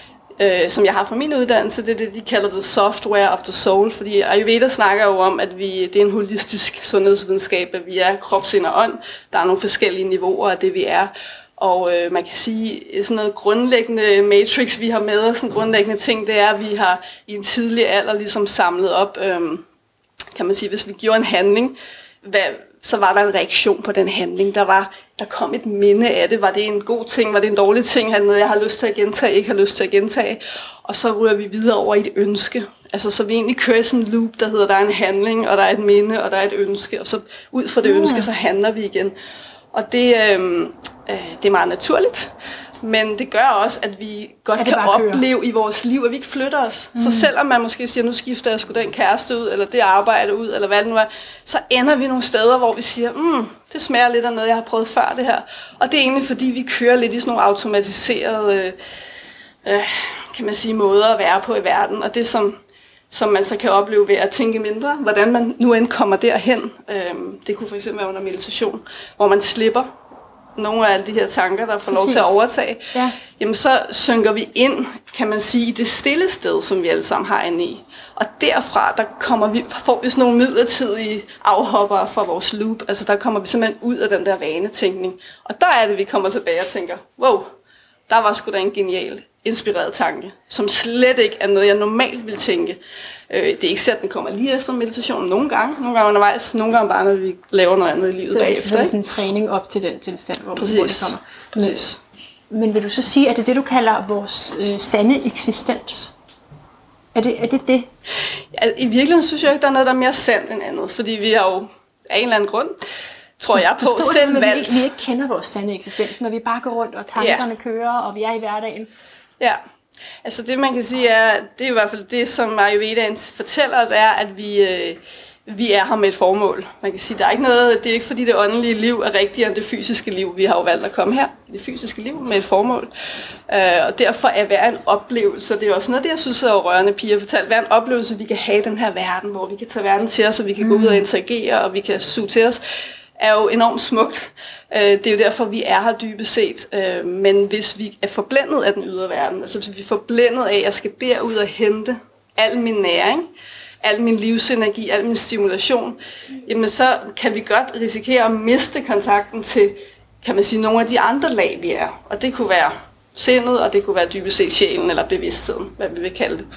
øh, som jeg har fra min uddannelse, det er det, de kalder the software of the soul. Fordi Ayurveda snakker jo om, at vi, det er en holistisk sundhedsvidenskab, at vi er krop, sind og ånd. Der er nogle forskellige niveauer af det, vi er. Og øh, man kan sige, sådan noget grundlæggende matrix, vi har med os, sådan grundlæggende ting, det er, at vi har i en tidlig alder ligesom samlet op, øh, kan man sige, hvis vi gjorde en handling, hvad, så var der en reaktion på den handling. Der var, der kom et minde af det. Var det en god ting? Var det en dårlig ting? Var det noget, jeg har lyst til at gentage, ikke har lyst til at gentage? Og så ryger vi videre over i et ønske. Altså, så vi egentlig kører sådan en loop, der hedder, der er en handling, og der er et minde, og der er et ønske. Og så ud fra det ønske, så handler vi igen. Og det, øh, øh, det er meget naturligt. Men det gør også, at vi godt kan opleve kører. i vores liv, at vi ikke flytter os. Mm. Så selvom man måske siger, nu skifter jeg sgu den kæreste ud, eller det arbejde ud, eller hvad det nu er, så ender vi nogle steder, hvor vi siger, mm, det smager lidt af noget, jeg har prøvet før det her. Og det er egentlig, fordi vi kører lidt i sådan nogle automatiserede, øh, kan man sige, måder at være på i verden. Og det, som, som man så kan opleve ved at tænke mindre, hvordan man nu end kommer derhen. Øh, det kunne for eksempel være under meditation, hvor man slipper nogle af alle de her tanker, der får lov Præcis. til at overtage, ja. jamen så synker vi ind, kan man sige, i det stille sted, som vi alle sammen har inde i. Og derfra, der kommer vi, får vi sådan nogle midlertidige afhoppere fra vores loop. Altså der kommer vi simpelthen ud af den der vanetænkning. Og der er det, vi kommer tilbage og tænker, wow, der var sgu da en genial, inspireret tanke, som slet ikke er noget, jeg normalt vil tænke. Det er ikke så, at den kommer lige efter meditationen nogle gange, nogle gange undervejs, nogle gange bare, når vi laver noget andet i livet så, bagefter. Så det er sådan en træning op til den tilstand, hvor, Præcis. hvor det kommer. Men, Præcis. men vil du så sige, at det er det, du kalder vores øh, sande eksistens? Er det er det? det? Ja, i virkeligheden synes jeg ikke, der er noget, der er mere sandt end andet, fordi vi har jo af en eller anden grund, tror jeg på, Forstår selv det, valgt. Vi, vi ikke kender vores sande eksistens, når vi bare går rundt, og tankerne ja. kører, og vi er i hverdagen. Ja. Altså det man kan sige er, det er i hvert fald det, som Ayurveda fortæller os, er, at vi, øh, vi er her med et formål. Man kan sige, der er ikke noget, det er ikke fordi det åndelige liv er rigtigere end det fysiske liv. Vi har jo valgt at komme her i det fysiske liv med et formål. Øh, og derfor er hver en oplevelse, det er også noget, det jeg synes er rørende, Pia fortalte, hver en oplevelse, vi kan have i den her verden, hvor vi kan tage verden til os, og vi kan mm. gå ud og interagere, og vi kan suge til os, er jo enormt smukt. Det er jo derfor, vi er her dybest set. Men hvis vi er forblændet af den ydre verden, altså hvis vi er forblændet af, at jeg skal derud og hente al min næring, al min livsenergi, al min stimulation, jamen så kan vi godt risikere at miste kontakten til, kan man sige, nogle af de andre lag, vi er. Og det kunne være sindet, og det kunne være dybest set sjælen eller bevidstheden, hvad vi vil kalde det.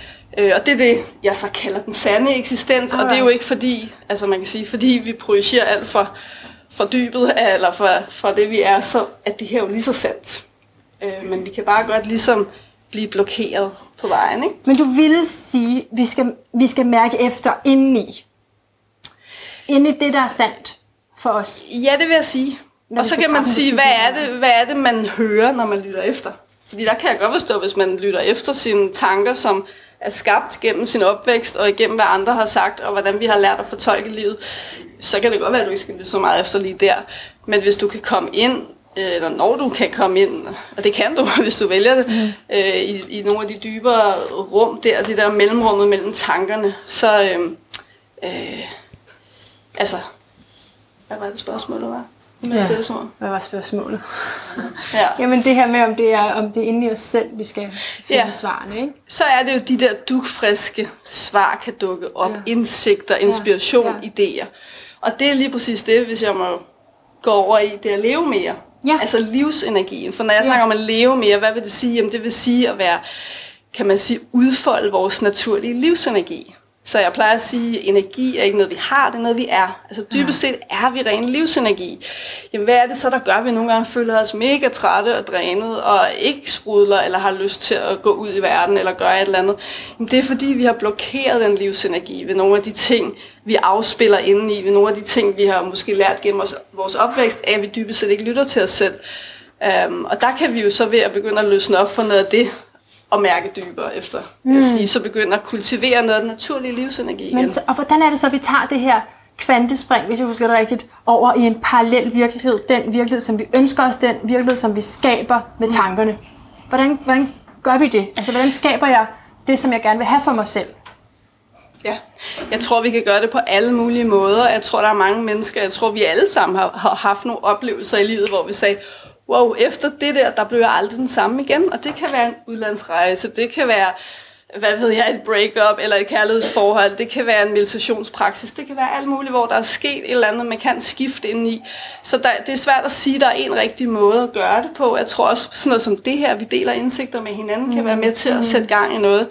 Og det er det, jeg så kalder den sande eksistens, og det er jo ikke fordi, altså man kan sige, fordi vi projicerer alt for, for dybet, eller for, for det vi er, så at det her jo lige så sandt. Men vi kan bare godt ligesom blive blokeret på vejen, ikke? Men du ville sige, vi skal, vi skal mærke efter indeni. Inde i det, der er sandt for os. Ja, det vil jeg sige. Og så kan man sige, hvad er, det, hvad er det, man hører, når man lytter efter? Fordi der kan jeg godt forstå, hvis man lytter efter sine tanker, som er skabt gennem sin opvækst, og igennem hvad andre har sagt, og hvordan vi har lært at fortolke livet, så kan det godt være, at du ikke skal lytte så meget efter lige der. Men hvis du kan komme ind, eller når du kan komme ind, og det kan du, hvis du vælger det, mm. øh, i, i nogle af de dybere rum der, det der mellemrummet mellem tankerne, så, øh, øh, altså, hvad var det spørgsmålet var? Ja. Hvad var spørgsmålet? Ja. Jamen det her med, om det er, om det er inde i os selv, vi skal finde ja. svarene, ikke? Så er det jo de der dugfriske svar kan dukke op, ja. indsigter, inspiration, ja. Ja. idéer. Og det er lige præcis det, hvis jeg må gå over i, det at leve mere. Ja. Altså livsenergien. For når jeg snakker ja. om at leve mere, hvad vil det sige? Jamen det vil sige at være, kan man sige, udfolde vores naturlige livsenergi. Så jeg plejer at sige, at energi er ikke noget, vi har, det er noget, vi er. Altså dybest set er vi ren livsenergi. Jamen hvad er det så, der gør, at vi nogle gange føler os mega trætte og drænet, og ikke sprudler, eller har lyst til at gå ud i verden, eller gøre et eller andet? Jamen det er fordi, vi har blokeret den livsenergi ved nogle af de ting, vi afspiller indeni, ved nogle af de ting, vi har måske lært gennem vores opvækst, af at vi dybest set ikke lytter til os selv. Um, og der kan vi jo så ved at begynde at løsne op for noget af det, og mærke dybere efter, mm. jeg sige, så begynder at kultivere noget af den naturlige livsenergi igen. Men så, og hvordan er det så, at vi tager det her kvantespring, hvis jeg husker det rigtigt, over i en parallel virkelighed, den virkelighed, som vi ønsker os, den virkelighed, som vi skaber med mm. tankerne? Hvordan, hvordan gør vi det? Altså, hvordan skaber jeg det, som jeg gerne vil have for mig selv? Ja, jeg tror, vi kan gøre det på alle mulige måder. Jeg tror, der er mange mennesker, jeg tror, vi alle sammen har, har haft nogle oplevelser i livet, hvor vi sagde, wow, efter det der, der blev jeg aldrig den samme igen. Og det kan være en udlandsrejse, det kan være, hvad ved jeg, et breakup eller et kærlighedsforhold, det kan være en meditationspraksis, det kan være alt muligt, hvor der er sket et eller andet, man kan skifte ind i. Så der, det er svært at sige, at der er en rigtig måde at gøre det på. Jeg tror også, sådan noget som det her, vi deler indsigter med hinanden, kan være med til at sætte gang i noget.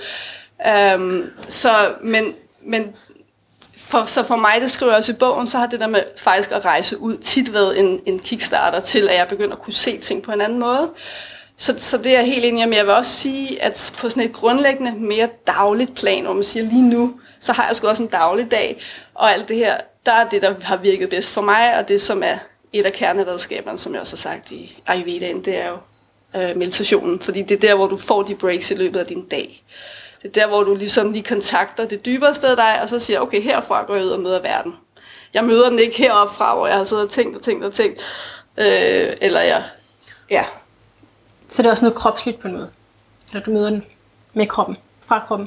Um, så, men, men For, så for mig, det skriver jeg også i bogen, så har det der med faktisk at rejse ud tit været en, en kickstarter til, at jeg begynder at kunne se ting på en anden måde. Så, så det er helt enig, men jeg vil også sige, at på sådan et grundlæggende, mere dagligt plan, hvor man siger lige nu, så har jeg sgu også en daglig dag, og alt det her, der er det, der har virket bedst for mig, og det, som er et af kerneredskaberne, som jeg også har sagt i Ayurvedaen, det er jo øh, meditationen, fordi det er der, hvor du får de breaks i løbet af din dag. Det er der, hvor du ligesom lige kontakter det dybere sted af dig, og så siger, okay, herfra går jeg ud og møder verden. Jeg møder den ikke heroppe fra, hvor jeg har siddet og tænkt og tænkt og tænkt. Øh, eller jeg, ja. Så det er også noget kropsligt på noget? Eller du møder den med kroppen? Fra kroppen?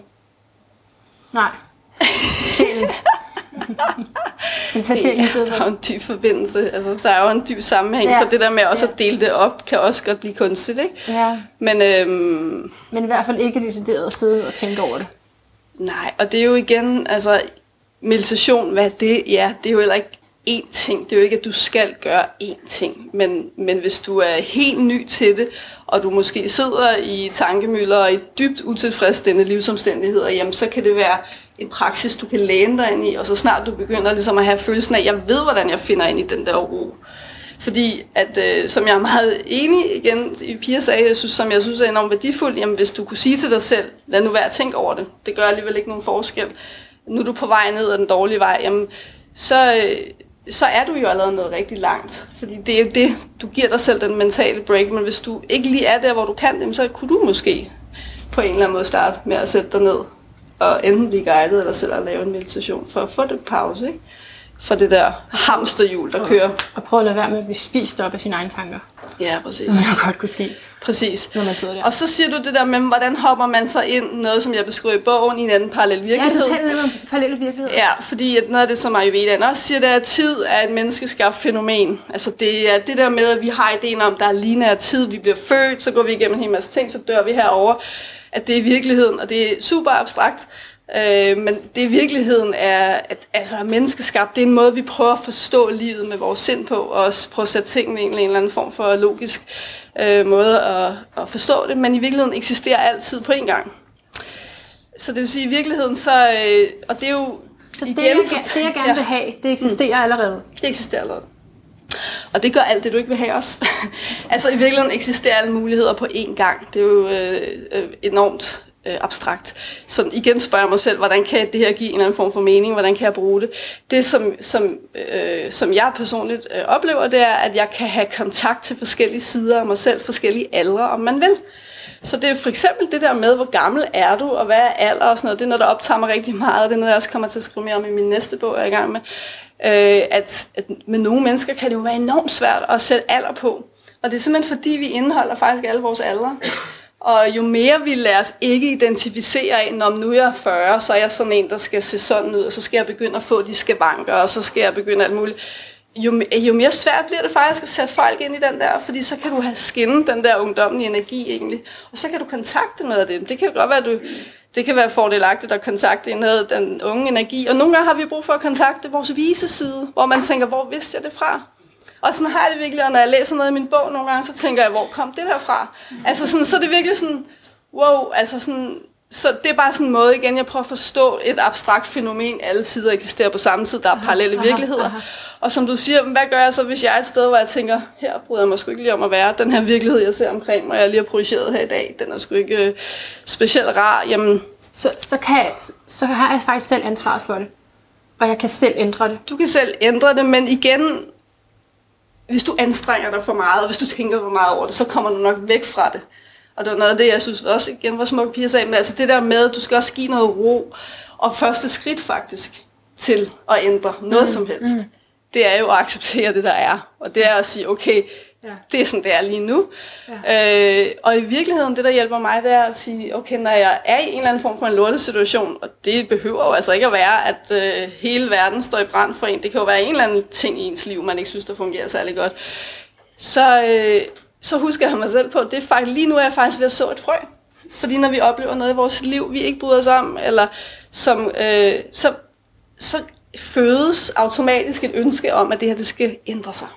Nej. Sjælen. Skal vi tage sjælen i stedet? Der er jo en dyb forbindelse. Altså, der er jo en dyb sammenhæng, ja. Så det der med også ja. at dele det op, kan også godt blive kunstigt, ikke? Ja. Men, øhm, Men i hvert fald ikke decideret at sidde og tænke over det. Nej, og det er jo igen, altså, meditation, hvad er det? Ja, det er jo heller ikke én ting. Det er jo ikke, at du skal gøre én ting. Men, men hvis du er helt ny til det, og du måske sidder i tankemøller og i dybt utilfredsstillende livsomstændigheder, jamen så kan det være en praksis, du kan læne dig ind i, og så snart du begynder ligesom at have følelsen af, at jeg ved, hvordan jeg finder ind i den der ro. Fordi, at, øh, som jeg er meget enig igen, i Pia sagde, jeg synes, som jeg synes er enormt værdifuldt, jamen hvis du kunne sige til dig selv, lad nu være at tænke over det, det gør alligevel ikke nogen forskel. Nu er du på vej ned ad den dårlige vej, jamen så, øh, så er du jo allerede noget rigtig langt. Fordi det er jo det, du giver dig selv den mentale break, men hvis du ikke lige er der, hvor du kan det, så kunne du måske på en eller anden måde starte med at sætte dig ned og enten blive guidet, eller selv at lave en meditation, for at få den pause, ikke? For det der hamsterhjul, der kører. Og prøve at lade være med at blive spist op af sine egne tanker. Ja, præcis. Som jo godt kunne ske. Præcis. Når man sidder der. Og så siger du det der med, hvordan hopper man så ind, noget som jeg beskriver i bogen, i en anden parallel virkelighed. Ja, du taler lidt om parallel virkelighed. Ja, fordi at noget af det, som Ayurvedaen også siger, det er, at tid er et menneskeskabt fænomen. Altså det er det der med, at vi har ideen om, der er lineær tid, vi bliver født, så går vi igennem en hel masse ting, så dør vi herover. At det er virkeligheden, og det er super abstrakt. Øh, men det i virkeligheden er, at altså, menneskeskabt, det er en måde, vi prøver at forstå livet med vores sind på, og også prøve at sætte tingene i en eller anden form for logisk øh, måde at, at forstå det, men i virkeligheden eksisterer altid på en gang. Så det vil sige, i virkeligheden så, øh, og det er jo så igen, det, jeg, det jeg gerne ja. vil have, det eksisterer mm. allerede? Det eksisterer allerede. Og det gør alt det, du ikke vil have også. Altså i virkeligheden eksisterer alle muligheder på én gang. Det er jo øh, øh, enormt øh, abstrakt. Så igen spørger jeg mig selv, hvordan kan det her give en eller anden form for mening? Hvordan kan jeg bruge det? Det, som, som, øh, som jeg personligt øh, oplever, det er, at jeg kan have kontakt til forskellige sider af mig selv, forskellige aldre, om man vil. Så det er for eksempel det der med, hvor gammel er du, og hvad er alder og sådan noget. Det er noget, der optager mig rigtig meget, og det er noget, jeg også kommer til at skrive mere om i min næste bog, jeg er i gang med. Øh, at, at med nogle mennesker kan det jo være enormt svært at sætte alder på. Og det er simpelthen fordi, vi indeholder faktisk alle vores aldre. Og jo mere vi lader os ikke identificere af, når nu jeg er fyrre, så er jeg sådan en, der skal se sådan ud, og så skal jeg begynde at få de skavanker, og så skal jeg begynde alt muligt. Jo, jo mere svært bliver det faktisk at sætte folk ind i den der, fordi så kan du have skinnet den der ungdommelige energi egentlig, og så kan du kontakte noget af det. Det kan godt være, at du, det kan være fordelagtigt at kontakte noget af den unge energi, og nogle gange har vi brug for at kontakte vores vise side, hvor man tænker, hvor vidste jeg det fra? Og sådan har jeg det virkelig, og når jeg læser noget i min bog nogle gange, så tænker jeg, hvor kom det der fra? Altså sådan, så er det virkelig sådan, wow, altså sådan, så det er bare sådan en måde igen, jeg prøver at forstå et abstrakt fænomen, alle tider eksisterer på samme tid, der er parallelle virkeligheder. Aha, aha. Og som du siger, hvad gør jeg så, hvis jeg er et sted, hvor jeg tænker, her bryder jeg mig sgu ikke lige om at være, den her virkelighed, jeg ser omkring mig, jeg lige har projiceret her i dag, den er sgu ikke øh, specielt rar, jamen... Så, så, kan jeg, så har jeg faktisk selv ansvaret for det, og jeg kan selv ændre det. Du kan selv ændre det, men igen... Hvis du anstrenger dig for meget, og hvis du tænker for meget over det, så kommer du nok væk fra det. Og det var noget af det, jeg synes også igen var Smukke Piger sagde, men altså det der med, at du skal også give noget ro, og første skridt faktisk til at ændre noget mm, som helst, mm. det er jo at acceptere det, der er. Og det er at sige, okay, ja. det er sådan, det er lige nu. Ja. Øh, og i virkeligheden, det der hjælper mig, det er at sige, okay, når jeg er i en eller anden form for en lortesituation, og det behøver jo altså ikke at være, at øh, hele verden står i brand for en, det kan jo være en eller anden ting i ens liv, man ikke synes, der fungerer særlig godt, så, øh, så husker jeg mig selv på, det er faktisk, lige nu er jeg faktisk ved at så et frø. Fordi når vi oplever noget i vores liv, vi ikke bryder os om, eller som, øh, så, så fødes automatisk et ønske om, at det her det skal ændre sig.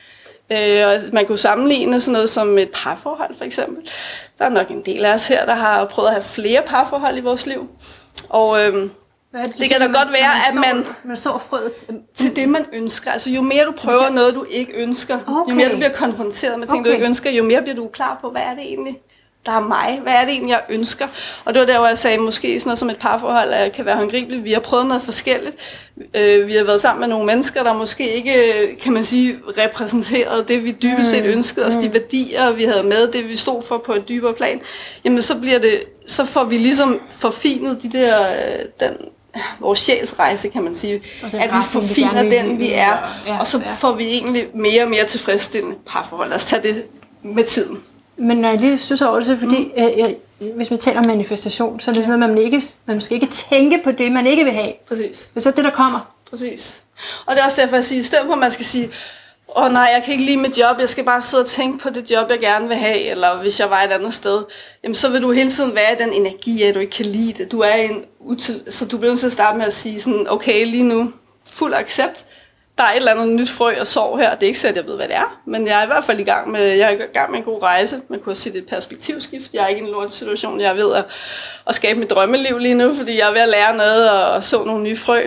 Øh, og man kunne sammenligne sådan noget som et parforhold for eksempel. Der er nok en del af os her, der har prøvet at have flere parforhold i vores liv. Og øh, det, det kan da godt være, at man, man så frøet til, til det, man ønsker. Altså jo mere du prøver noget, du ikke ønsker, okay. jo mere du bliver konfronteret med ting, okay. du ikke ønsker, jo mere bliver du klar på, hvad er det egentlig, der er mig? Hvad er det egentlig, jeg ønsker? Og det var der, hvor jeg sagde, måske sådan noget som et parforhold kan være håndgribeligt. Vi har prøvet noget forskelligt. Vi har været sammen med nogle mennesker, der måske ikke, kan man sige, repræsenterede det, vi dybest set ønskede os, de værdier, vi havde med, det vi stod for på et dybere plan. Jamen så bliver det, så får vi ligesom forfinet de der, den, vores sjælsrejse, kan man sige, at vi forfiner den, vi er, ja, og så ja. får vi egentlig mere og mere tilfredsstillende parforhold. Lad os tage det med tiden. Men når jeg lige synes over det, så fordi, mm. øh, jeg, hvis man taler om manifestation, så er det sådan noget, man ikke, man skal ikke tænke på det, man ikke vil have. Præcis. Det er så det, der kommer. Præcis. Og det er også derfor, jeg siger, i stedet for, at man skal sige, åh nej, jeg kan ikke lide mit job, jeg skal bare sidde og tænke på det job, jeg gerne vil have, eller hvis jeg var et andet sted, jamen så vil du hele tiden være i den energi, at du ikke kan lide det. Du er en util... Så du bliver nødt til at starte med at sige sådan, okay, lige nu, fuld accept. Der er et eller andet nyt frø og sorg her. Det er ikke så, at jeg ved, hvad det er. Men jeg er i hvert fald i gang med, jeg er i gang med en god rejse. Man kunne også sige, det er et perspektivskift. Jeg er ikke i en lortesituation. Jeg er ved at, at skabe mit drømmeliv lige nu, fordi jeg er ved at lære noget og så nogle nye frø.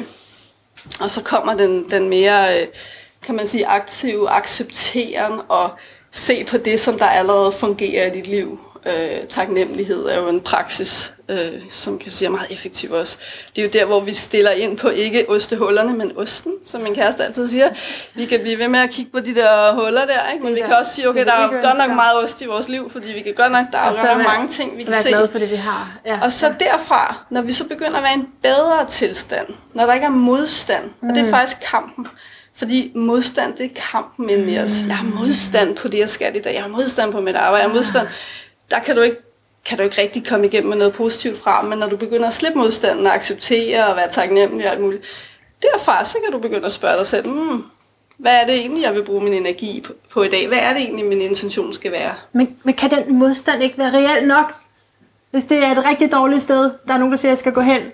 Og så kommer den, den mere, kan man sige, aktive accepteren og se på det, som der allerede fungerer i dit liv. Øh, taknemmelighed er jo en praksis, øh, som kan sige er meget effektiv også. Det er jo der, hvor vi stiller ind på ikke ostehullerne, men osten, som min kæreste altid siger. Vi kan blive ved med at kigge på de der huller der, ikke? Men vi kan også sige, okay, der er godt nok meget ost i vores liv, fordi vi kan godt nok, der er jo nok mange ting, vi kan se. Glad for det, vi har. Ja, og så ja. derfra, når vi så begynder at være i en bedre tilstand, når der ikke er modstand, mm. og det er faktisk kampen. Fordi modstand, det er kampen inde i os. Jeg har modstand på det, jeg skal i dag. Jeg har modstand på mit arbejde. Jeg har modstand. Der kan du ikke, kan du ikke rigtig komme igennem med noget positivt fra, men når du begynder at slippe modstanden og acceptere og være taknemmelig og alt muligt, derfra så kan du begynde at spørge dig selv, hmm, hvad er det egentlig, jeg vil bruge min energi på, på i dag? Hvad er det egentlig, min intention skal være? Men, men kan den modstand ikke være reelt nok? Hvis det er et rigtig dårligt sted, der er nogen, der siger, at jeg skal gå hen,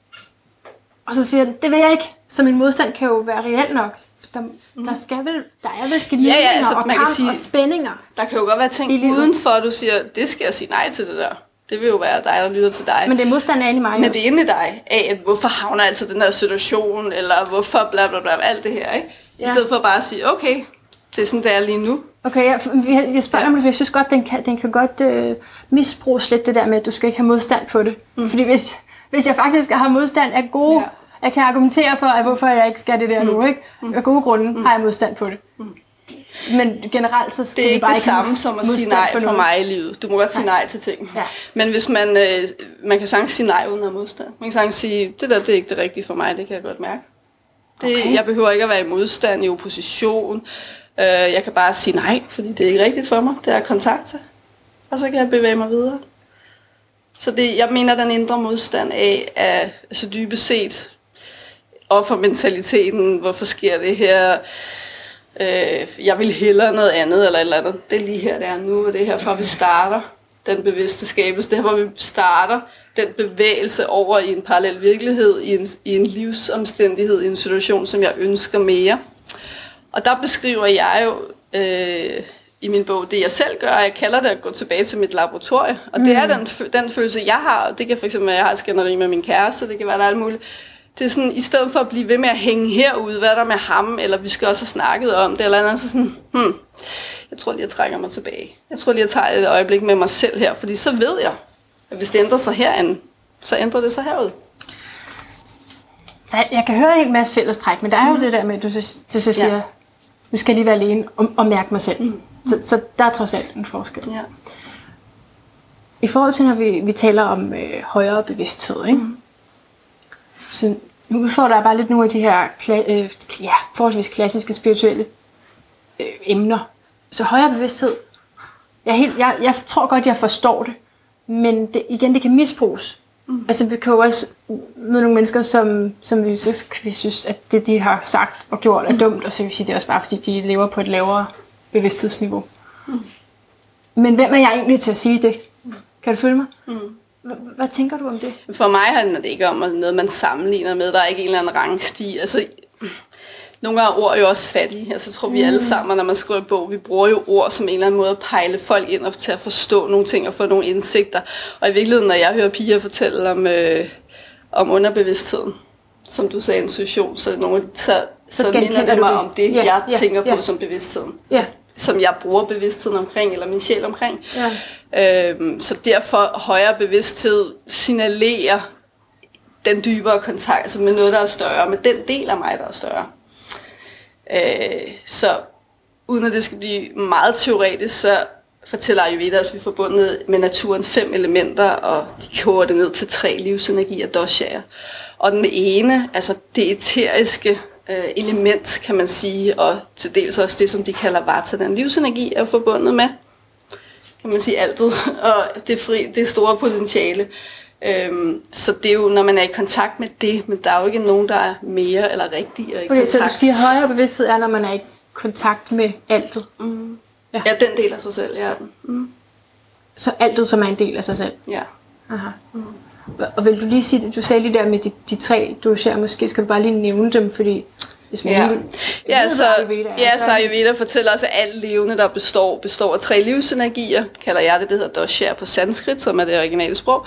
og så siger jeg, det vil jeg ikke. Så min modstand kan jo være reelt nok. Der, der, skal vel, der er vel glidninger ja, ja, altså, og man kamp kan sige, og spændinger. Der kan jo godt være ting udenfor, du siger, det skal jeg sige nej til det der. Det vil jo være dig, der lytter til dig. Men det er modstand inde i mig. Men det er inde i dig, af at hvorfor havner altså den her situation, eller hvorfor bla bla bla, alt det her, ikke? I ja. stedet for bare at sige, okay, det er sådan, det er lige nu. Okay, jeg, jeg spørger ja. om det, for jeg synes godt, den kan, den kan godt øh, misbruges lidt det der med, at du skal ikke have modstand på det. Mm. Fordi hvis, hvis jeg faktisk har modstand af gode... Ja. Jeg kan argumentere for, at hvorfor jeg ikke skal det der mm. nu, ikke? Af gode grunde mm. har jeg modstand på det. Mm. Men generelt så skal det er vi ikke bare det ikke samme som at sige modstand nej på for noget. mig i livet. Du må godt sige nej, nej til ting. Ja. Men hvis man, øh, man kan sagtens sige nej uden at have modstand. Man kan sagtens sige, det der det er ikke det rigtige for mig, det kan jeg godt mærke. Det, Okay. Jeg behøver ikke at være i modstand, i opposition. Øh, jeg kan bare sige nej, fordi det er ikke rigtigt for mig. Det er kontakt til. Og så kan jeg bevæge mig videre. Så det, jeg mener, den indre modstand af, af altså dybest set offermentaliteten, hvorfor sker det her, øh, jeg vil hellere noget andet, eller et eller andet. Det er lige her, det er nu, og det er herfra, vi starter den bevidste skabelse. Det er her, hvor vi starter den bevægelse over i en parallel virkelighed, i en, i en livsomstændighed, i en situation, som jeg ønsker mere. Og der beskriver jeg jo øh, i min bog det, jeg selv gør, og jeg kalder det at gå tilbage til mit laboratorie. Og det er den, den følelse, jeg har, og det kan fx være, at jeg har et skænderi med min kæreste, det kan være, der er alt muligt. Det er sådan, i stedet for at blive ved med at hænge herude, hvad er der med ham, eller vi skal også have snakket om det, eller andet, så sådan, hmm, jeg tror lige, jeg trækker mig tilbage. Jeg tror lige, jeg tager et øjeblik med mig selv her, fordi så ved jeg, at hvis det ændrer sig herinde, så ændrer det sig herude. Så jeg kan høre en hel masse fællestræk, men der er jo mm. det der med, at du så, du så siger, ja. Nu skal jeg lige være alene og, og mærke mig selv. Mm. Så, så der er trods alt en forskel. Ja. I forhold til, når vi, vi taler om øh, højere bevidsthed, ikke? Mm. Så nu udfordrer jeg bare lidt nogle af de her kla- øh, ja, forholdsvis klassiske spirituelle øh, emner. Så højere bevidsthed, jeg, er helt, jeg, jeg tror godt, jeg forstår det, men det, igen, det kan misbruges. Mm. Altså, vi kan jo også møde nogle mennesker, som, som vi, så vi synes, at det, de har sagt og gjort, er dumt, og så vil vi sige, det er også bare, fordi de lever på et lavere bevidsthedsniveau. Mm. Men hvem er jeg egentlig til at sige det? Kan du følge mig? Mm. H- hvad tænker du om det? For mig handler det ikke om noget, man sammenligner med. Der er ikke en eller anden rangstige. Altså, nogle af ord er jo også fattige. Altså, jeg tror, vi mm. alle sammen, når man skriver bog, vi bruger jo ord som en eller anden måde at pejle folk ind og til at forstå nogle ting og få nogle indsigter. Og i virkeligheden, når jeg hører piger fortælle om, øh, om underbevidstheden, som du sagde, intuition, så, nogle, så, så, så minder det mig det. om det, yeah, jeg yeah, tænker yeah. på som bevidstheden. Yeah. Så, som jeg bruger bevidstheden omkring, eller min sjæl omkring. Yeah. Øhm, så derfor højere bevidsthed signalerer den dybere kontakt, altså med noget, der er større, med den del af mig, der er større. Øh, så uden at det skal blive meget teoretisk, så fortæller Ayurveda, at vi er forbundet med naturens fem elementer, og de koger det ned til tre livsenergier, doshaer. Og den ene, altså det eteriske øh, element, kan man sige, og til dels også det, som de kalder vata, den livsenergi, er forbundet med, kan man sige, altet, og det, fri, det store potentiale. Øhm, så det er jo, når man er i kontakt med det, men der er jo ikke nogen, der er mere eller rigtigere i okay, kontakt. Så du siger, at højere bevidsthed er, når man er i kontakt med altet? Mm. Ja. ja, den del af sig selv, ja. Mm. Så altet, som er en del af sig selv? Ja. Aha. Mm. Og vil du lige sige det, du sagde lige der med de, de tre doshaer, måske skal du bare lige nævne dem, fordi hvis man ja. lige ja, ved, så, Ayurveda er, ja, så Ayurveda fortæller os, at alt levende, der består, består af tre livsenergier, kalder jeg det, det hedder doshaer på sanskrit, som er det originale sprog.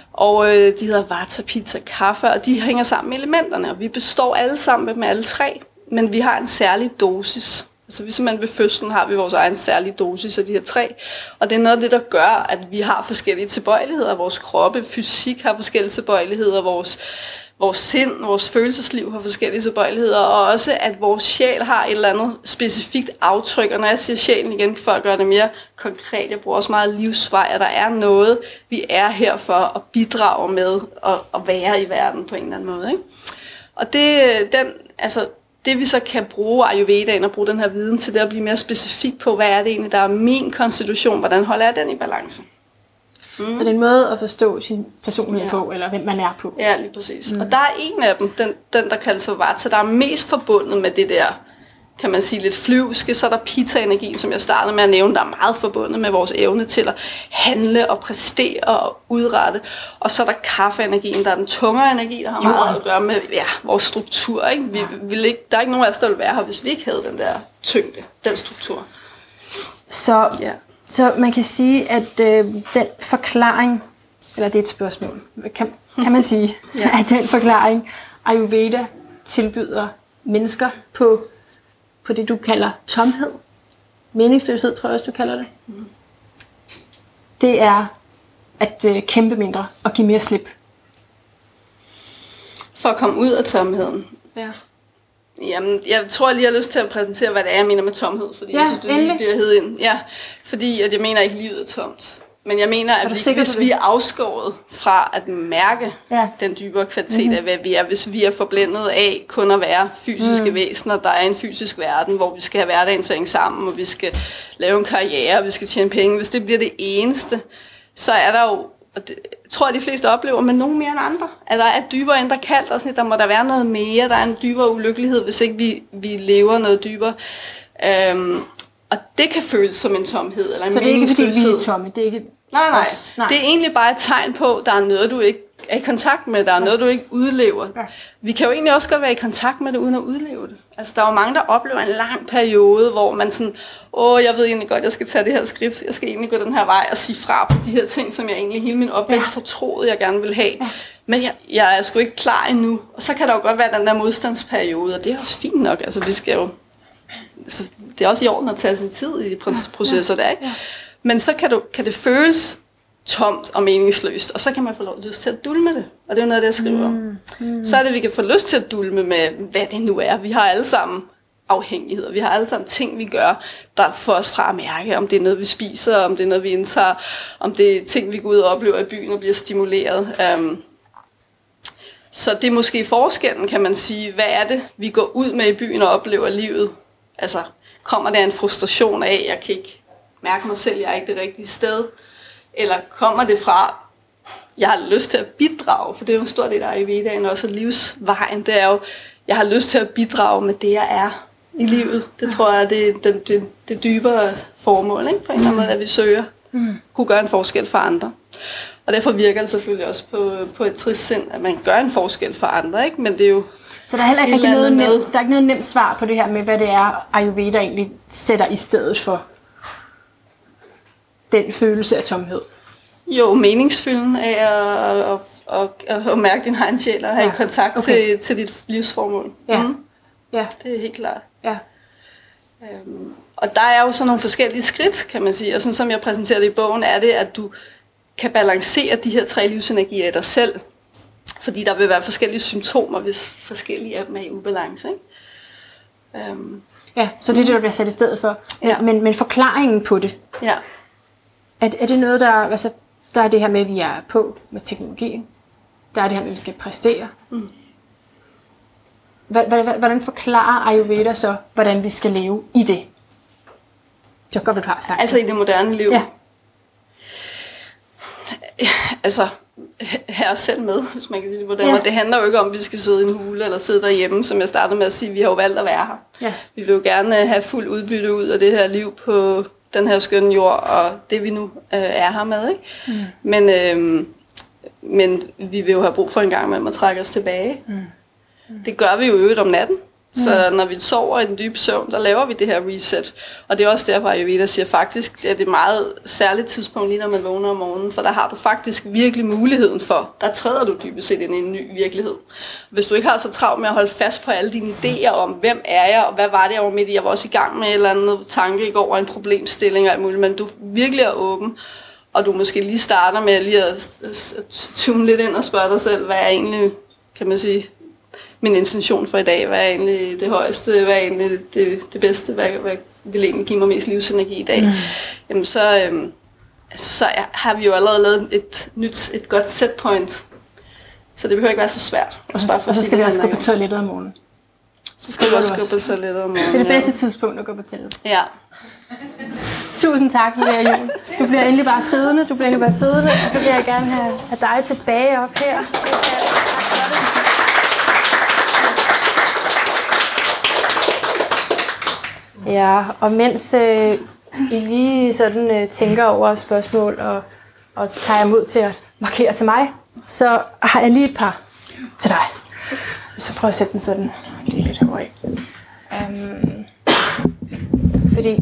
Og øh, de hedder vata, pitta, kapha, og de hænger sammen med elementerne, og vi består alle sammen med alle tre, men vi har en særlig dosis. Altså vi simpelthen ved fødslen har vi vores egen særlige dosis af de her tre, og det er noget af det, der gør, at vi har forskellige tilbøjeligheder. Vores kroppe, fysik har forskellige tilbøjeligheder, vores, vores sind, vores følelsesliv har forskellige tilbøjeligheder, og også at vores sjæl har et eller andet specifikt aftryk. Og når jeg siger sjælen igen, for at gøre det mere konkret, jeg bruger også meget livsvej, og der er noget, vi er her for at bidrage med at, at være i verden på en eller anden måde. Ikke? Og det, den, altså, det vi så kan bruge Ayurvedaen og bruge den her viden til, det at blive mere specifik på, hvad er det egentlig, der er min konstitution, hvordan holder jeg den i balance. Mm. Så det er en måde at forstå sin personlighed ja. på, eller hvem man er på. Ja, lige præcis. Mm. Og der er en af dem, den, den der kaldes for vata, der er mest forbundet med det der, kan man sige, lidt flyvske. Så er der pitta-energien, som jeg startede med at nævne, der er meget forbundet med vores evne til at handle og præstere og udrette. Og så er der kapha-energien, der er den tungere energi, der har jo. meget at gøre med ja, vores struktur. Ikke? Vi, vil ikke, der er ikke nogen af os, der ville være her, hvis vi ikke havde den der tyngde, den struktur. Så, ja. så man kan sige, at øh, den forklaring, eller det er et spørgsmål, kan, kan man sige, ja. at den forklaring, Ayurveda tilbyder mennesker på på det, du kalder tomhed, meningsløshed, tror jeg også, du kalder det. Mm. Det er at øh, kæmpe mindre og give mere slip. For at komme ud af tomheden. Ja. Jamen, jeg tror lige, jeg har lyst til at præsentere, hvad det er, jeg mener med tomhed, fordi ja, jeg synes, du lige bliver hed ind. Ja, fordi at jeg mener ikke, at livet er tomt. Men jeg mener, at vi, hvis vi er afskåret fra at mærke ja. den dybere kvalitet mm-hmm. af, hvad vi er, hvis vi er forblændet af kun at være fysiske mm. væsener, der er en fysisk verden, hvor vi skal have hverdagen til at hænge sammen, og vi skal lave en karriere, og vi skal tjene penge. Hvis det bliver det eneste, så er der jo, og det tror jeg, de fleste oplever, men nogen mere end andre, at der er et dybere indre kald, og sådan, der må der være noget mere, der er en dybere ulykkelighed, hvis ikke vi, vi lever noget dybere. Øhm, og det kan føles som en tomhed, eller en så det er ikke, fordi vi er tomme, det er ikke... Nej, nej, nej. Det er egentlig bare et tegn på, at der er noget, du ikke er i kontakt med, der er noget, du ikke udlever. Ja. Vi kan jo egentlig også godt være i kontakt med det, uden at udleve det. Altså, der er jo mange, der oplever en lang periode, hvor man sådan, åh, jeg ved egentlig godt, jeg skal tage det her skridt, jeg skal egentlig gå den her vej og sige fra på de her ting, som jeg egentlig hele min opvækst ja. har troet, jeg gerne vil have. Ja. Men jeg, jeg er sgu ikke klar endnu. Og så kan der jo godt være den der modstandsperiode, og det er også fint nok. Altså, vi skal jo... Altså, det er også i orden at tage sin tid i de processer ja. der, ikke? Ja. Men så kan, du, kan det føles tomt og meningsløst, og så kan man få lov lyst til at dulme det. Og det er jo noget, det jeg skriver om. Mm, mm. Så er det, vi kan få lyst til at dulme med, hvad det nu er. Vi har alle sammen afhængigheder. Vi har alle sammen ting, vi gør, der får os fra at mærke, om det er noget, vi spiser, om det er noget, vi indtager, om det er ting, vi går ud og oplever i byen og bliver stimuleret. Um, så det er måske forskellen, kan man sige. Hvad er det, vi går ud med i byen og oplever livet? Altså, kommer der en frustration af, jeg kan ikke mærke mig selv, jeg er ikke det rigtige sted? Eller kommer det fra, jeg har lyst til at bidrage, for det er jo en stor del af Ayurvedaen, også livsvejen, det er jo, jeg har lyst til at bidrage med det, jeg er i livet. Det tror jeg, det er det, det, det dybere formål, ikke? På en eller anden måde, at vi søger, mm. kunne gøre en forskel for andre. Og derfor virker det selvfølgelig også på, på et trist sind, at man gør en forskel for andre, ikke? Men det er jo... Så der er heller ikke noget, nem, der er ikke noget nemt svar på det her med, hvad det er, Ayurveda egentlig sætter i stedet for den følelse af tomhed. Jo, meningsfylden af at, at, at, at, at mærke din egen sjæl og have ja. kontakt okay. til, til dit livsformål. Ja. Mm. ja. Det er helt klart. Ja. Øhm, og der er jo sådan nogle forskellige skridt, kan man sige. Og sådan som jeg præsenterer det i bogen, er det, at du kan balancere de her tre livsenergier i dig selv. Fordi der vil være forskellige symptomer, hvis forskellige af dem er i ubalance. Ikke? Øhm. Ja, så det er det, der bliver sat i stedet for. Ja. Men, men forklaringen på det, ja. er, er det noget, der... Altså, der er det her med, at vi er på med teknologien. Der er det her med, at vi skal præstere. Mm. Hvordan forklarer Ayurveda så, hvordan vi skal leve i det? Så godt, du har sagt. Altså i det moderne liv? Ja. Altså, her selv med, hvis man kan sige det på den måde. Ja. Det handler jo ikke om, at vi skal sidde i en hule eller sidde derhjemme, som jeg startede med at sige. Vi har jo valgt at være her. Ja. Vi vil jo gerne have fuld udbytte ud af det her liv på den her skønne jord, og det vi nu øh, er her med. Ikke? Mm. Men, øh, men vi vil jo have brug for en gang med at trække os tilbage. Mm. Mm. Det gør vi jo øvrigt om natten. Så når vi sover i den dybe søvn, så laver vi det her reset. Og det er også derfor, Ayurveda siger faktisk, at det er et meget særligt tidspunkt, lige når man vågner om morgenen, for der har du faktisk virkelig muligheden for, der træder du dybest set ind i en ny virkelighed. Hvis du ikke har så travlt med at holde fast på alle dine idéer om, hvem er jeg, og hvad var det, jeg var midt i, jeg var også i gang med et eller andet tanke i går, og en problemstilling og alt muligt, men du virkelig er åben, og du måske lige starter med lige at tune lidt ind og spørge dig selv, hvad er egentlig, kan man sige, min intention for i dag, hvad er egentlig det højeste, hvad er egentlig det, det bedste, hvad, hvad vil egentlig give mig mest livsenergi i dag, mm. jamen så, øhm, så er, har vi jo allerede lavet et nyt, et godt setpoint, så det behøver ikke være så svært. Og så, og så skal vi også gå på toilettet om morgenen. Så skal vi også gå på toilettet om morgenen. Det er det bedste ja. tidspunkt at gå på toilettet. Ja. Tusind tak, Lea Juhl. Du bliver endelig bare siddende, du bliver endelig bare siddende, og så vil jeg gerne have, have dig tilbage op her. Ja, og mens øh, I lige sådan øh, tænker over spørgsmål, og, og tager jeg mod til at markere til mig, så har jeg lige et par til dig. Så prøv at sætte den sådan lige lidt højere. Um, fordi...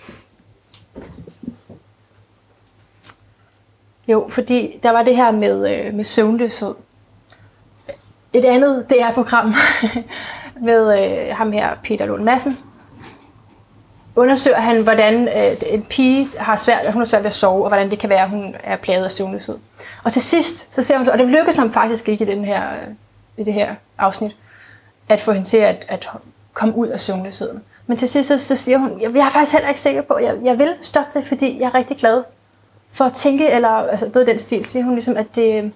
Jo, fordi der var det her med, øh, med søvnløshed. Et andet D R-program med øh, ham her, Peter Lund Madsen. Undersøger han, hvordan øh, en pige har svært, hun har svært ved at sove, og hvordan det kan være, at hun er plaget af søvnløshed. Og til sidst, så ser hun så, og det lykkedes ham faktisk ikke i, den her, i det her afsnit, at få hende til at, at komme ud af søvnløsheden. Men til sidst så, så siger hun, jeg, jeg er faktisk heller ikke sikker på, at jeg, jeg vil stoppe det, fordi jeg er rigtig glad for at tænke, eller altså noget i den stil, siger hun ligesom, at det,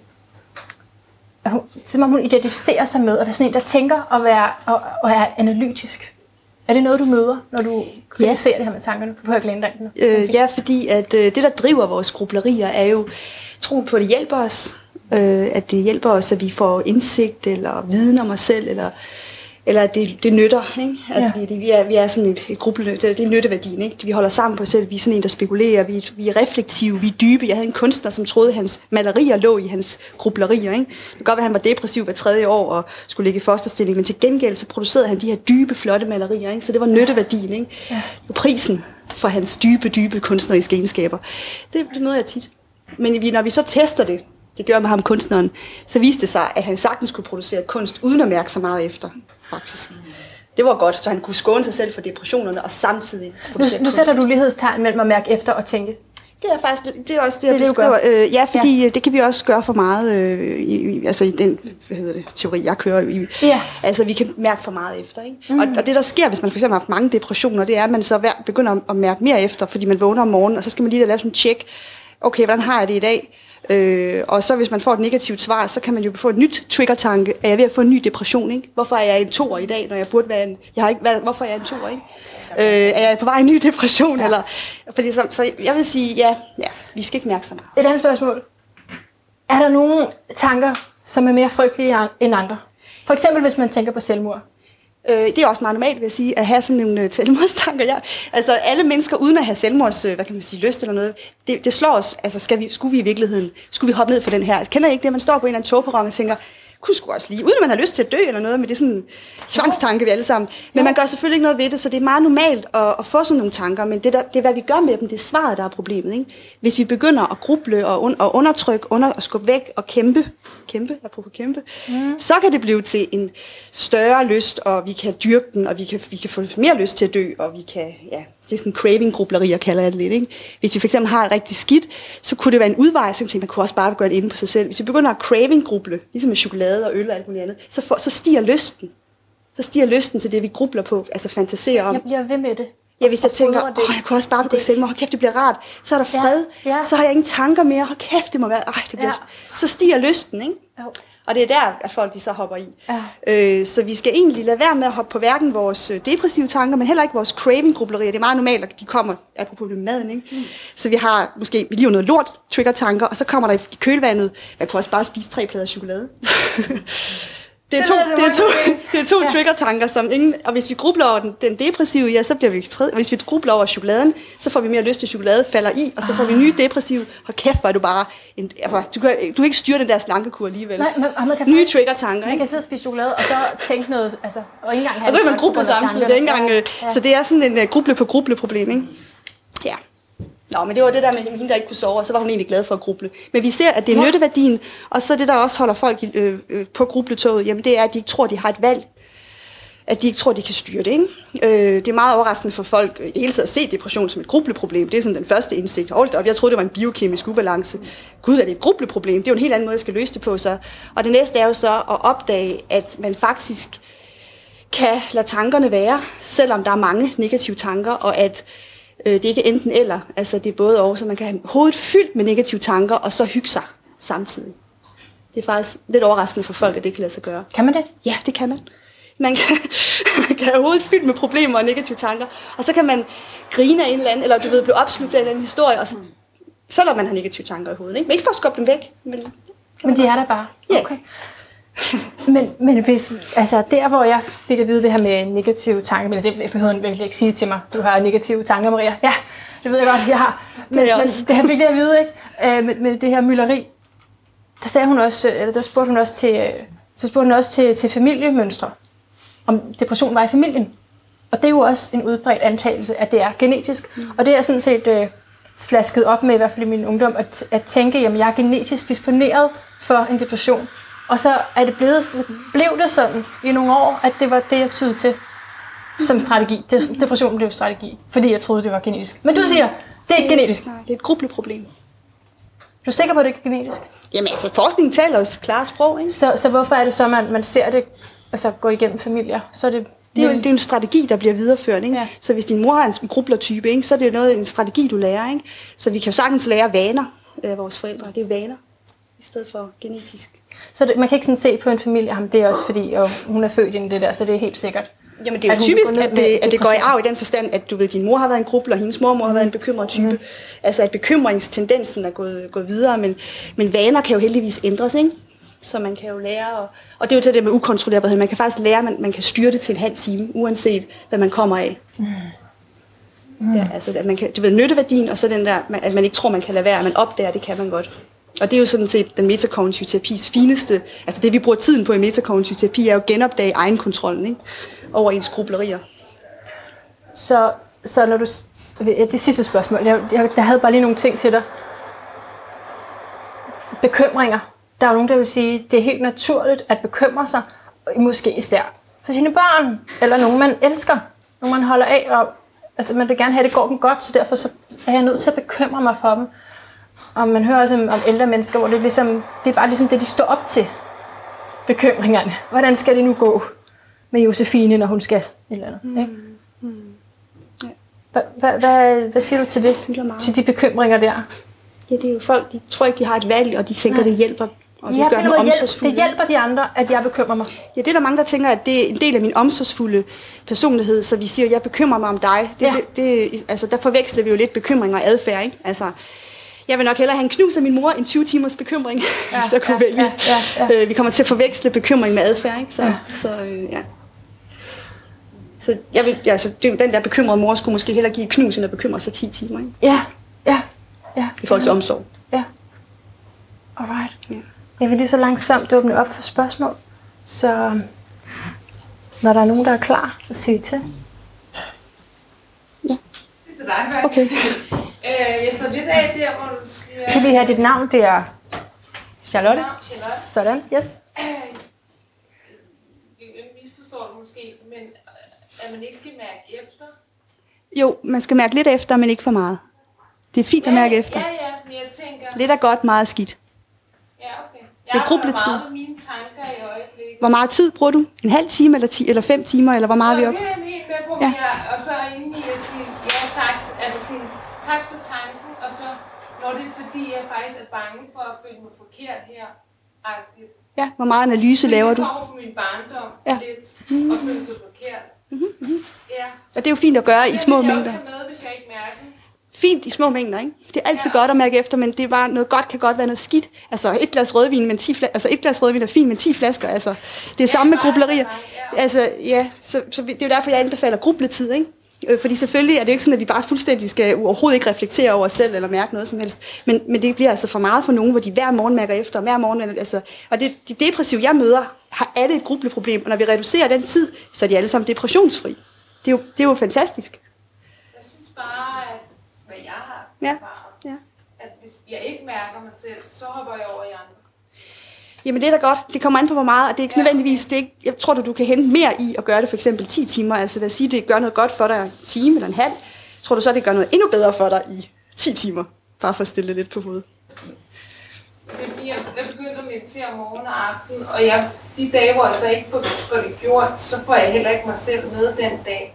at hun, som om hun identificerer sig med at være sådan en, der tænker og, være, og, og er analytisk. Er det noget, du møder, når du kritiserer ja. det her med tankerne på Højglændedanken? Øh, ja, fordi at øh, det, der driver vores grublerier, er jo troen på, at det hjælper os. Øh, at det hjælper os, at vi får indsigt eller viden om os selv, eller, eller at det, det nytter. Ikke? At ja. vi, det, vi, er, vi er sådan et, et gruble, det, det er nytteværdien. Ikke? Vi holder sammen på os selv, vi er sådan en, der spekulerer, vi, vi er reflektive, vi er dybe. Jeg havde en kunstner, som troede, at hans malerier lå i hans grublerier. Ikke? Det kan godt være, at han var depressiv hver tredje år og skulle ligge i fosterstilling, men til gengæld så producerede han de her dybe, flotte malerier. Ikke? Så det var nytteværdien. Ikke? Ja. Det var prisen for hans dybe, dybe kunstneriske egenskaber. Det, det møder jeg tit. Men vi, når vi så tester det, det gør med ham kunstneren, så viste det sig, at han sagtens kunne producere kunst, uden at mærke så meget efter, faktisk. Det var godt, så han kunne skåne sig selv for depressionerne, og samtidig producere nu, nu sætter du lighedstegn mellem at mærke efter og tænke. Det er faktisk, det er også det, jeg det, beskriver. Øh, ja, fordi ja. det kan vi også gøre for meget, øh, i, altså i den, hvad hedder det, teori, jeg kører i. Ja. Altså, vi kan mærke for meget efter, ikke? Mm. Og, og det, der sker, hvis man for eksempel har haft mange depressioner, det er, at man så begynder at mærke mere efter, fordi man vågner om morgenen, og så skal man lige lave sådan en tjek. Okay, hvordan har jeg det i dag? Øh, og så hvis man får et negativt svar, så kan man jo få et nyt trigger-tanke. Er jeg ved at få en ny depression, ikke? Hvorfor er jeg en toer i dag, når jeg burde være en... Jeg har ikke været, hvorfor er jeg en toer, ikke? Øh, er jeg på vej en ny depression? Ja. Eller, fordi så, så jeg vil sige, ja, ja, vi skal ikke mærke så meget. Et andet spørgsmål. Er der nogle tanker, som er mere frygtelige end andre? For eksempel, hvis man tænker på selvmord. Det er også meget normalt, vil jeg sige, at have sådan nogle selvmordstanker. Ja. Altså alle mennesker uden at have selvmords, hvad kan man sige, lyst eller noget, det, det slår os. Altså skal vi, skulle vi i virkeligheden, skulle vi hoppe ned for den her? Kender I ikke det, man står på en eller anden togperron og tænker, kunne sgu også lige, uden at man har lyst til at dø eller noget, men det er sådan en tvangstanke, vi alle sammen. Men man gør selvfølgelig ikke noget ved det, så det er meget normalt at, at få sådan nogle tanker, men det, der, det er, hvad vi gør med dem, det er svaret, der er problemet. Ikke? Hvis vi begynder at gruble og, un, og undertrykke, under, og skubbe væk og kæmpe, kæmpe, apropos kæmpe, mm. så kan det blive til en større lyst, og vi kan dyrke den, og vi kan, vi kan få mere lyst til at dø, og vi kan, ja, det er sådan craving-grublerier, kalder jeg det lidt. Ikke? Hvis vi for eksempel har et rigtig skidt, så kunne det være en udvej, så man kunne også bare gøre det inde på sig selv. Hvis vi begynder at craving-gruble, ligesom med chokolade og øl og alt muligt andet, så, for, så stiger lysten. Så stiger lysten til det, vi grubler på, altså fantaserer om. Jeg bliver ved med det. Ja, hvis jeg tænker, åh, jeg kunne også bare begå selvmord, hold kæft, det bliver rart. Så er der fred, ja, ja. Så har jeg ingen tanker mere, hold kæft, det må være, ej, det bliver... Ja. Så stiger lysten, ikke? Jo. Og det er der, at folk de så hopper i. Ja. Øh, så vi skal egentlig lade være med at hoppe på hverken vores depressive tanker, men heller ikke vores craving-grublerier. Det er meget normalt, at de kommer, apropos med maden, ikke? Mm. Så vi har måske lige noget lort trigger-tanker, og så kommer der i kølvandet, jeg kunne også bare spise tre plader chokolade. Det er to, det er to, det er to ja. trigger-tanker, som ingen, og hvis vi grubler over den, den depressive, ja, så bliver vi tredje, og hvis vi grubler over chokoladen, så får vi mere lyst til chokolade, falder i, og så får vi nye depressive, og kæft, hvor er du bare, en, du, kan, du kan ikke styre den der slankekur alligevel. Nej, man, man kan nye trigger-tanker, man ikke? kan sidde og spise chokolade, og så tænke noget, altså, og ikke engang have... Og så kan man gruble samtidig, det er ikke engang, ja. Ja. Så det er sådan en uh, gruble på gruble problem, ikke? Ja. Nå, men det var det der med hende, der ikke kunne sove, og så var hun egentlig glad for at gruble. Men vi ser, at det er ja. nytteværdien, og så det, der også holder folk øh, øh, på grubletoget, jamen det er, at de ikke tror, de har et valg. At de ikke tror, de kan styre det, ikke? Øh, det er meget overraskende for folk i hele tiden at se depression som et grubleproblem. Det er sådan den første indsigt. Hold op, jeg troede, det var en biokemisk ubalance. Gud, er det et grubleproblem? Det er jo en helt anden måde, jeg skal løse det på. Så. Og det næste er jo så at opdage, at man faktisk kan lade tankerne være, selvom der er mange negative tanker, og at det er ikke enten eller, altså det er både og, så man kan have hovedet fyldt med negative tanker, og så hygge sig samtidig. Det er faktisk lidt overraskende for folk, at det kan lade sig gøre. Kan man det? Ja, det kan man. Man kan, man kan have hovedet fyldt med problemer og negative tanker, og så kan man grine af en eller anden, eller du ved, blive opslugt af en eller anden historie, og så, selvom man har negative tanker i hovedet. Ikke? Men ikke for at skubbe dem væk. Men, men de er der bare? Ja. Okay. men, men hvis, altså der hvor jeg fik at vide det her med negative tanker, men det behøver hun virkelig ikke sige til mig, du har negative tanker, Maria. Ja, det ved jeg godt, jeg har. Men det, men det her fik jeg at vide, ikke? Øh, med, med det her mylderi, der sagde hun også, eller der spurgte hun også til, så spurgte hun også til, til familiemønstre, om depression var i familien. Og det er jo også en udbredt antagelse, at det er genetisk. Mm. Og det er sådan set øh, flasket op med, i hvert fald i min ungdom, at, at tænke, jamen jeg er genetisk disponeret for en depression. Og så er det blevet, så blev det sådan i nogle år, at det var det, jeg tydede til som strategi. Depressionen blev strategi, fordi jeg troede, det var genetisk. Men du siger, det er ikke genetisk. Nej, det er et grubleproblem. Du er sikker på, at det ikke er genetisk? Jamen altså, forskningen taler jo klare sprog, ikke? Så, så hvorfor er det så, man, man ser det altså, gå igennem familier? Så er det Det er, jo, det er jo en strategi, der bliver videreført. Ikke? Ja. Så hvis din mor har en grublertype, ikke, så er det jo noget, en strategi, du lærer. Ikke? Så vi kan jo sagtens lære vaner af vores forældre. Det er vaner, i stedet for genetisk. Så det, man kan ikke sådan se på en familie, ham det er også fordi, og hun er født ind i det der, så det er helt sikkert. Jamen det er jo typisk, at det, at det går i arv i den forstand, at du ved, din mor har været en grubler, og hendes mormor har været en bekymret type. Mm. Altså at bekymringstendensen er gået, gået videre, men, men vaner kan jo heldigvis ændres, ikke? Så man kan jo lære, og, og det er jo til det med ukontrollerbarhed, man kan faktisk lære, at man, man kan styre det til en halv time, uanset hvad man kommer af. Mm. Mm. Ja, altså at man kan, du ved, nytteværdien, og så den der, at man ikke tror, man kan lade være, at man opdager, det kan man godt. Og det er jo sådan set den metakognitive terapis fineste, altså det vi bruger tiden på i metakognitiv terapi, er jo at genopdage egenkontrollen, ikke? Over ens grublerier. Så, så når du, det sidste spørgsmål, jeg, jeg, jeg havde bare lige nogle ting til dig. Bekymringer. Der er jo nogen, der vil sige, det er helt naturligt at bekymre sig, måske især for sine børn, eller nogen, man elsker, nogen, man holder af, og altså, man vil gerne have, det går dem godt, så derfor så er jeg nødt til at bekymre mig for dem. Og man hører også om, om ældre mennesker, hvor det er, ligesom, det er bare ligesom det, de står op til, bekymringerne. Hvordan skal det nu gå med Josefine, når hun skal et eller andet? Mm. Ikke? Mm. Ja. Hvad, hvad, hvad, hvad siger du til det? Til de bekymringer der? Ja, det er jo folk, de tror ikke, de har et valg, og de tænker, Nej. det hjælper. Og det ja, gør dem omsorgsfulde. Det hjælper de andre, at jeg bekymrer mig. Ja, det er der mange, der tænker, at det er en del af min omsorgsfulde personlighed, så vi siger, at jeg bekymrer mig om dig. Det, ja. det, det, altså, der forveksler vi jo lidt bekymring og adfærd, ikke? Altså, jeg vil nok hellere have en knus af min mor end tyve timers bekymring, ja, så kunne ja, vælge. Ja, ja, ja. Vi kommer til at forveksle bekymring med adfærd, ikke? Så, ja. Så, øh, ja. så jeg vil, altså, det, den der bekymrede mor skulle måske hellere give et knus, end at bekymre sig ti timer, ikke? Ja, ja, ja. I forhold til omsorg. Ja. Alright. Ja. Jeg vil lige så langsomt åbne op for spørgsmål, så når der er nogen, der er klar, så siger vi til. Ja. Det er dig, okay. øh, jeg står lidt af der, hvor du siger... Kan vi have dit navn? Det er Charlotte. Navn, Charlotte. Sådan, yes. Øh, jeg misforstår det måske, men at man ikke skal mærke efter? Jo, man skal mærke lidt efter, men ikke for meget. Det er fint ja, at mærke efter. Ja, ja, men jeg tænker... Lidt er godt, meget skidt. Ja, okay. Jeg det er grubletid. meget med mine tanker i øjeblikket. Hvor meget tid bruger du? En halv time eller, ti, eller fem timer, eller hvor meget er vi oppe? Okay, jeg er helt med på, ja. Jeg, og så inde i at sige, ja tak, altså sådan, tak for tanken, og så når det er fordi, jeg faktisk er bange for at føle mig forkert her-agtigt. Ja, hvor meget analyse fordi laver du? Det kommer fra min barndom ja. lidt, mm-hmm. og føle sig forkert. Mm-hmm, mm-hmm. Ja. Og det er jo fint at gøre det i små mængder. mængder. Det vil jeg også have med, hvis jeg ikke mærker det. Fint i små mængder, ikke? Det er altid ja. godt at mærke efter, men det er bare noget godt kan godt være noget skidt. Altså et glas rødvin, men ti flasker, altså et glas rødvin er fint, men ti flasker, altså det er ja, samme med grublerier. Ja. Altså ja, så, så det er jo derfor jeg anbefaler grubletid, ikke? Fordi selvfølgelig er det ikke sådan, at vi bare fuldstændig skal overhovedet ikke reflektere over os selv eller mærke noget som helst. Men, men det bliver altså for meget for nogen, hvor de hver morgen mærker efter, hver morgen, altså, og det, de depressive, jeg møder, har alle et grubleproblem, og når vi reducerer den tid, så er de alle sammen depressionsfri. Det er jo, det er jo fantastisk. Jeg synes bare, at hvad jeg har ja. erfaret, ja. at hvis jeg ikke mærker mig selv, så hopper jeg over i andre. Jamen det er da godt. Det kommer an på hvor meget, og det er ikke ja. nødvendigvis, det er ikke, jeg tror du, du kan hente mere i at gøre det for eksempel ti timer, altså lad os sige, det gør noget godt for dig en time eller en halv, tror du så, det gør noget endnu bedre for dig i ti timer, bare for at stille det lidt på hovedet. Jeg, jeg begyndte at meditere morgen og aften, og jeg, de dage, hvor jeg så ikke får, får det gjort, så får jeg heller ikke mig selv med den dag.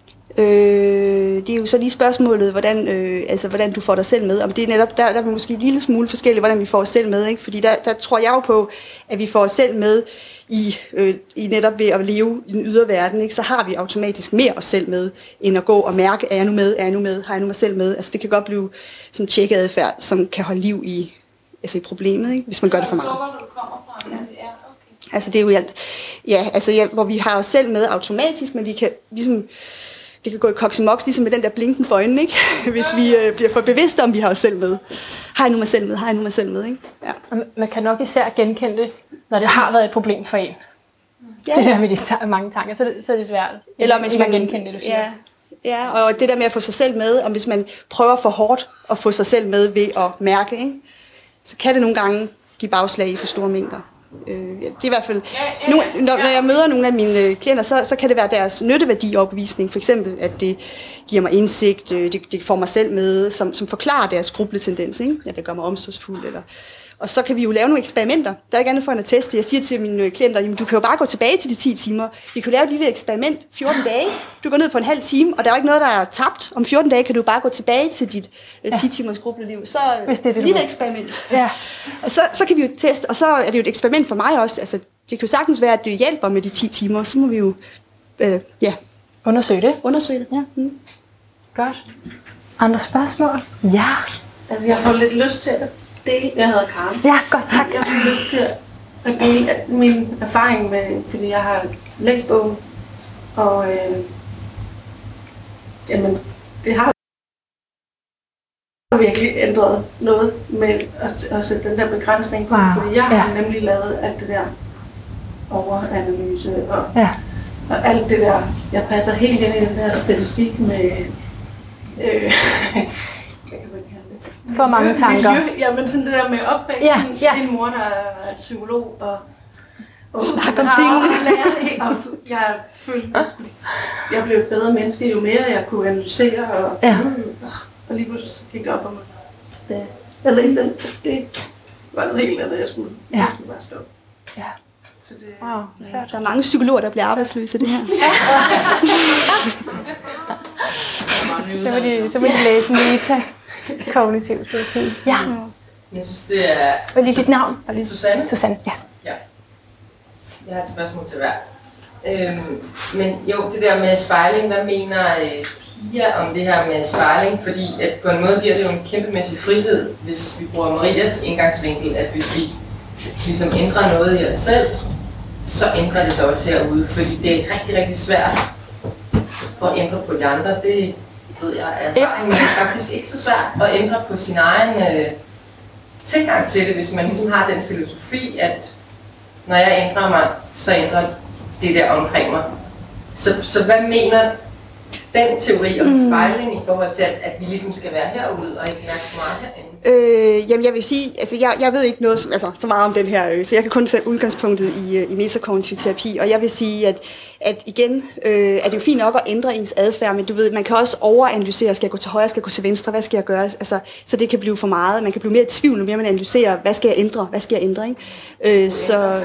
Øh, det er jo så lige spørgsmålet, hvordan, øh, altså, hvordan du får dig selv med. Om det er netop, der, der er måske en lille smule forskelligt, hvordan vi får os selv med. Ikke? Fordi der, der tror jeg jo på, at vi får os selv med i, øh, i netop ved at leve i den ydre verden. Ikke? Så har vi automatisk mere os selv med, end at gå og mærke, er jeg nu med, er jeg nu med, har jeg nu mig selv med. Altså det kan godt blive sådan en tjekkeadfærd, som kan holde liv i, altså i problemet, ikke? Hvis man gør det for meget. Ja. Altså det er jo alt, ja, altså ja, hvor vi har os selv med automatisk, men vi kan ligesom, vi kan gå i koksimoks, ligesom med den der blinken for øjnene, ikke? Hvis vi øh, bliver for bevidste om, vi har os selv med. Har jeg nu mig selv med, har jeg nu mig selv med, ikke? Ja. Man kan nok især genkende det, når det har været et problem for en. Ja. Det der med de mange tanker, så er det, så er det svært. Eller hvis man genkende det, du siger. Ja. Ja, og det der med at få sig selv med, og hvis man prøver for hårdt at få sig selv med ved at mærke, ikke? Så kan det nogle gange give bagslag i for store mængder. Øh, det er i hvert fald, nu, når, når jeg møder nogle af mine klienter, så, så kan det være deres nytteværdi-overbevisning. For eksempel, at det giver mig indsigt, det, det får mig selv med, som, som forklarer deres grubletendens, ikke? At det gør mig omsorgsfuld. Eller, Og så kan vi jo lave nogle eksperimenter. Der er ikke andet for end at teste. Jeg siger til mine klienter, jamen, du kan jo bare gå tilbage til de ti timer. Vi kan lave et lille eksperiment, fjorten dage. Du går ned på en halv time, og der er ikke noget, der er tabt. Om fjorten dage kan du bare gå tilbage til dit ja. ti timers gruppeliv. Så Hvis det er det, lille eksperiment. Ja. Og så, så kan vi jo teste, og så er det jo et eksperiment for mig også. Altså, det kan jo sagtens være, at det hjælper med de ti timer. Så må vi jo øh, ja. undersøge det. Undersøge det. Ja. Mm. Godt. Andre spørgsmål? Ja. Altså, jeg får lidt lyst til at dele. Jeg hedder Karen. Ja, godt, tak. Jeg får lyst til at dele min erfaring med, fordi jeg har læst bogen, og øh, jamen, det har virkelig ændret noget med at, at sætte den der begrænsning på, wow. fordi jeg har ja. nemlig lavet alt det der overanalyse og, ja. og alt det der. Jeg passer helt ind i den der statistik med øh, for mange tanker. Miljø, ja, men sådan det der med opvæksten, ja, ja. en mor, der er psykolog, og, og snak om tingene. Og jeg følte, at jeg blev et bedre menneske, jo mere jeg kunne analysere, og, ja. og lige pludselig gik det op om, at det, jeg læste den, det var noget helt andet, jeg skulle, ja. jeg skulle bare stoppe. Ja. Så det, wow. Ja, der er mange psykologer, der bliver arbejdsløse det her. så, må de, så må de læse meta kognitiv terapi. Ja. Jeg synes, det er... Og lige dit navn. Og lige Susanne. Susanne, ja. Ja. Jeg har et spørgsmål til hver. Øhm, men jo, det der med spejling, hvad mener øh, Pia om det her med spejling? Fordi at på en måde bliver det jo en kæmpemæssig frihed, hvis vi bruger Marias indgangsvinkel, at hvis vi ligesom ændrer noget i os selv, så ændrer det sig også herude. Fordi det er rigtig, rigtig svært at ændre på de andre. Det ved jeg er erfaring, men det er faktisk ikke så svært at ændre på sin egen øh, tilgang til det, hvis man ligesom har den filosofi, at når jeg ændrer mig, så ændrer det der omkring mig. Så, så hvad mener den teori om mm. spejling i forhold til, at, at vi ligesom skal være herude og ikke mærke så meget herinde? Øh, jamen jeg vil sige, altså jeg, jeg ved ikke noget altså, så meget om den her, øh, så jeg kan kun tage udgangspunktet i, i metakognitiv terapi, og jeg vil sige, at, at igen øh, er det jo fint nok at ændre ens adfærd, men du ved, man kan også overanalysere, skal jeg gå til højre, skal jeg gå til venstre, hvad skal jeg gøre, altså, så det kan blive for meget, man kan blive mere i tvivl, når mere man analyserer, hvad skal jeg ændre, hvad skal jeg ændre, ikke? Øh, så...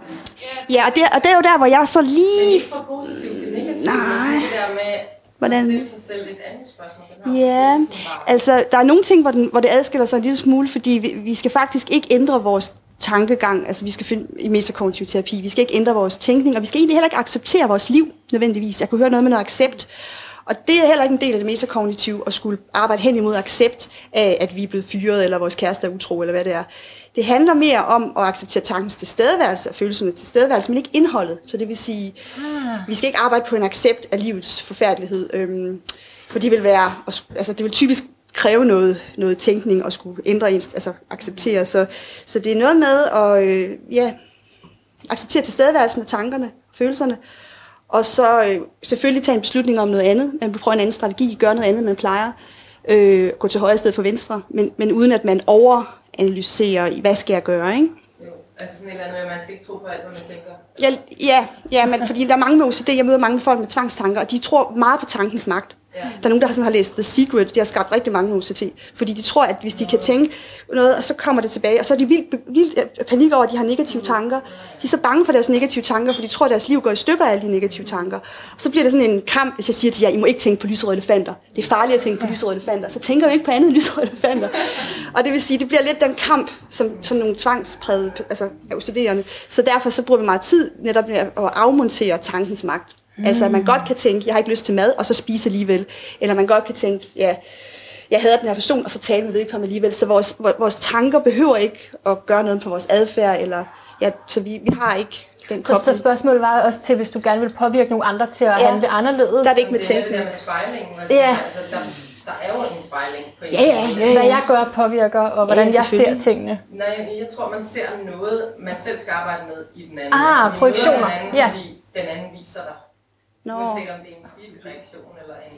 Ja, og det, og det er jo der, hvor jeg så lige... Men ikke fra positiv til negativ, nej. Men det der med hvordan? At stille sig selv et andet spørgsmål. Ja, altså der er nogle ting, hvor, den, hvor det adskiller sig en lille smule, fordi vi, vi skal faktisk ikke ændre vores tankegang, altså vi skal finde i metakognitiv terapi, vi skal ikke ændre vores tænkning, og vi skal egentlig heller ikke acceptere vores liv nødvendigvis. Jeg kunne høre noget med noget accept, og det er heller ikke en del af det metakognitive at skulle arbejde hen imod accept af, at vi er blevet fyret, eller vores kæreste er utro, eller hvad det er. Det handler mere om at acceptere tankens tilstedeværelse og følelserne tilstedeværelse, men ikke indholdet. Så det vil sige, ah. vi skal ikke arbejde på en accept af livets forfærdelighed, øhm, for det vil være, altså det vil typisk kræve noget, noget tænkning og skulle ændre ens, altså acceptere. Så, så det er noget med at øh, ja, acceptere tilstedeværelsen af tankerne, følelserne, og så øh, selvfølgelig tage en beslutning om noget andet. Man prøver en anden strategi, gøre noget andet, end man plejer. Øh, gå til højre sted for venstre, men, men uden at man overanalyserer, hvad skal jeg gøre, ikke? Jo, altså sådan et eller andet, man skal ikke tro på alt, hvad man tænker. Ja, ja, ja men fordi der er mange med O C D, jeg møder mange folk med tvangstanker, og de tror meget på tankens magt. Ja. Der er nogen, der har, sådan, har læst The Secret, de har skabt rigtig mange med O C D, fordi de tror, at hvis de kan tænke noget, og så kommer det tilbage, og så er de vildt, vildt panik over, at de har negative tanker. De er så bange for deres negative tanker, for de tror, at deres liv går i stykker af alle de negative tanker. Og så bliver det sådan en kamp, hvis jeg siger til jer, I må ikke tænke på lyserøde elefanter. Det er farligt at tænke på lyserøde elefanter. Så tænker vi ikke på andet end lyserøde elefanter. Og det vil sige, det bliver lidt den kamp, som, som nogle tvangsprægede, altså O C D'erne. Så derfor så bruger vi meget tid netop at afmontere tankens magt. Mm. Altså at man godt kan tænke, jeg har ikke lyst til mad, og så spise alligevel. Eller man godt kan tænke, ja, jeg hader den her person, og så tale med vedkommende alligevel. Så vores, vores tanker behøver ikke at gøre noget på vores adfærd, eller, ja, så vi, vi har ikke den kobling. Så, så spørgsmålet var også til, hvis du gerne vil påvirke nogle andre til at ja. handle anderledes. Der er det ikke med tænkning. tænkning. Det er det der med spejling. Ja. Altså, der, der er jo en spejling på en ja, ja, ja, ja. Hvad jeg gør påvirker, og hvordan ja, jeg ser tingene. Nej, jeg tror, man ser noget, man selv skal arbejde med i den anden. Ah, altså, projektioner. Anden, ja. Fordi den anden viser dig. Nå. Uanset om det er en skidt reaktion eller en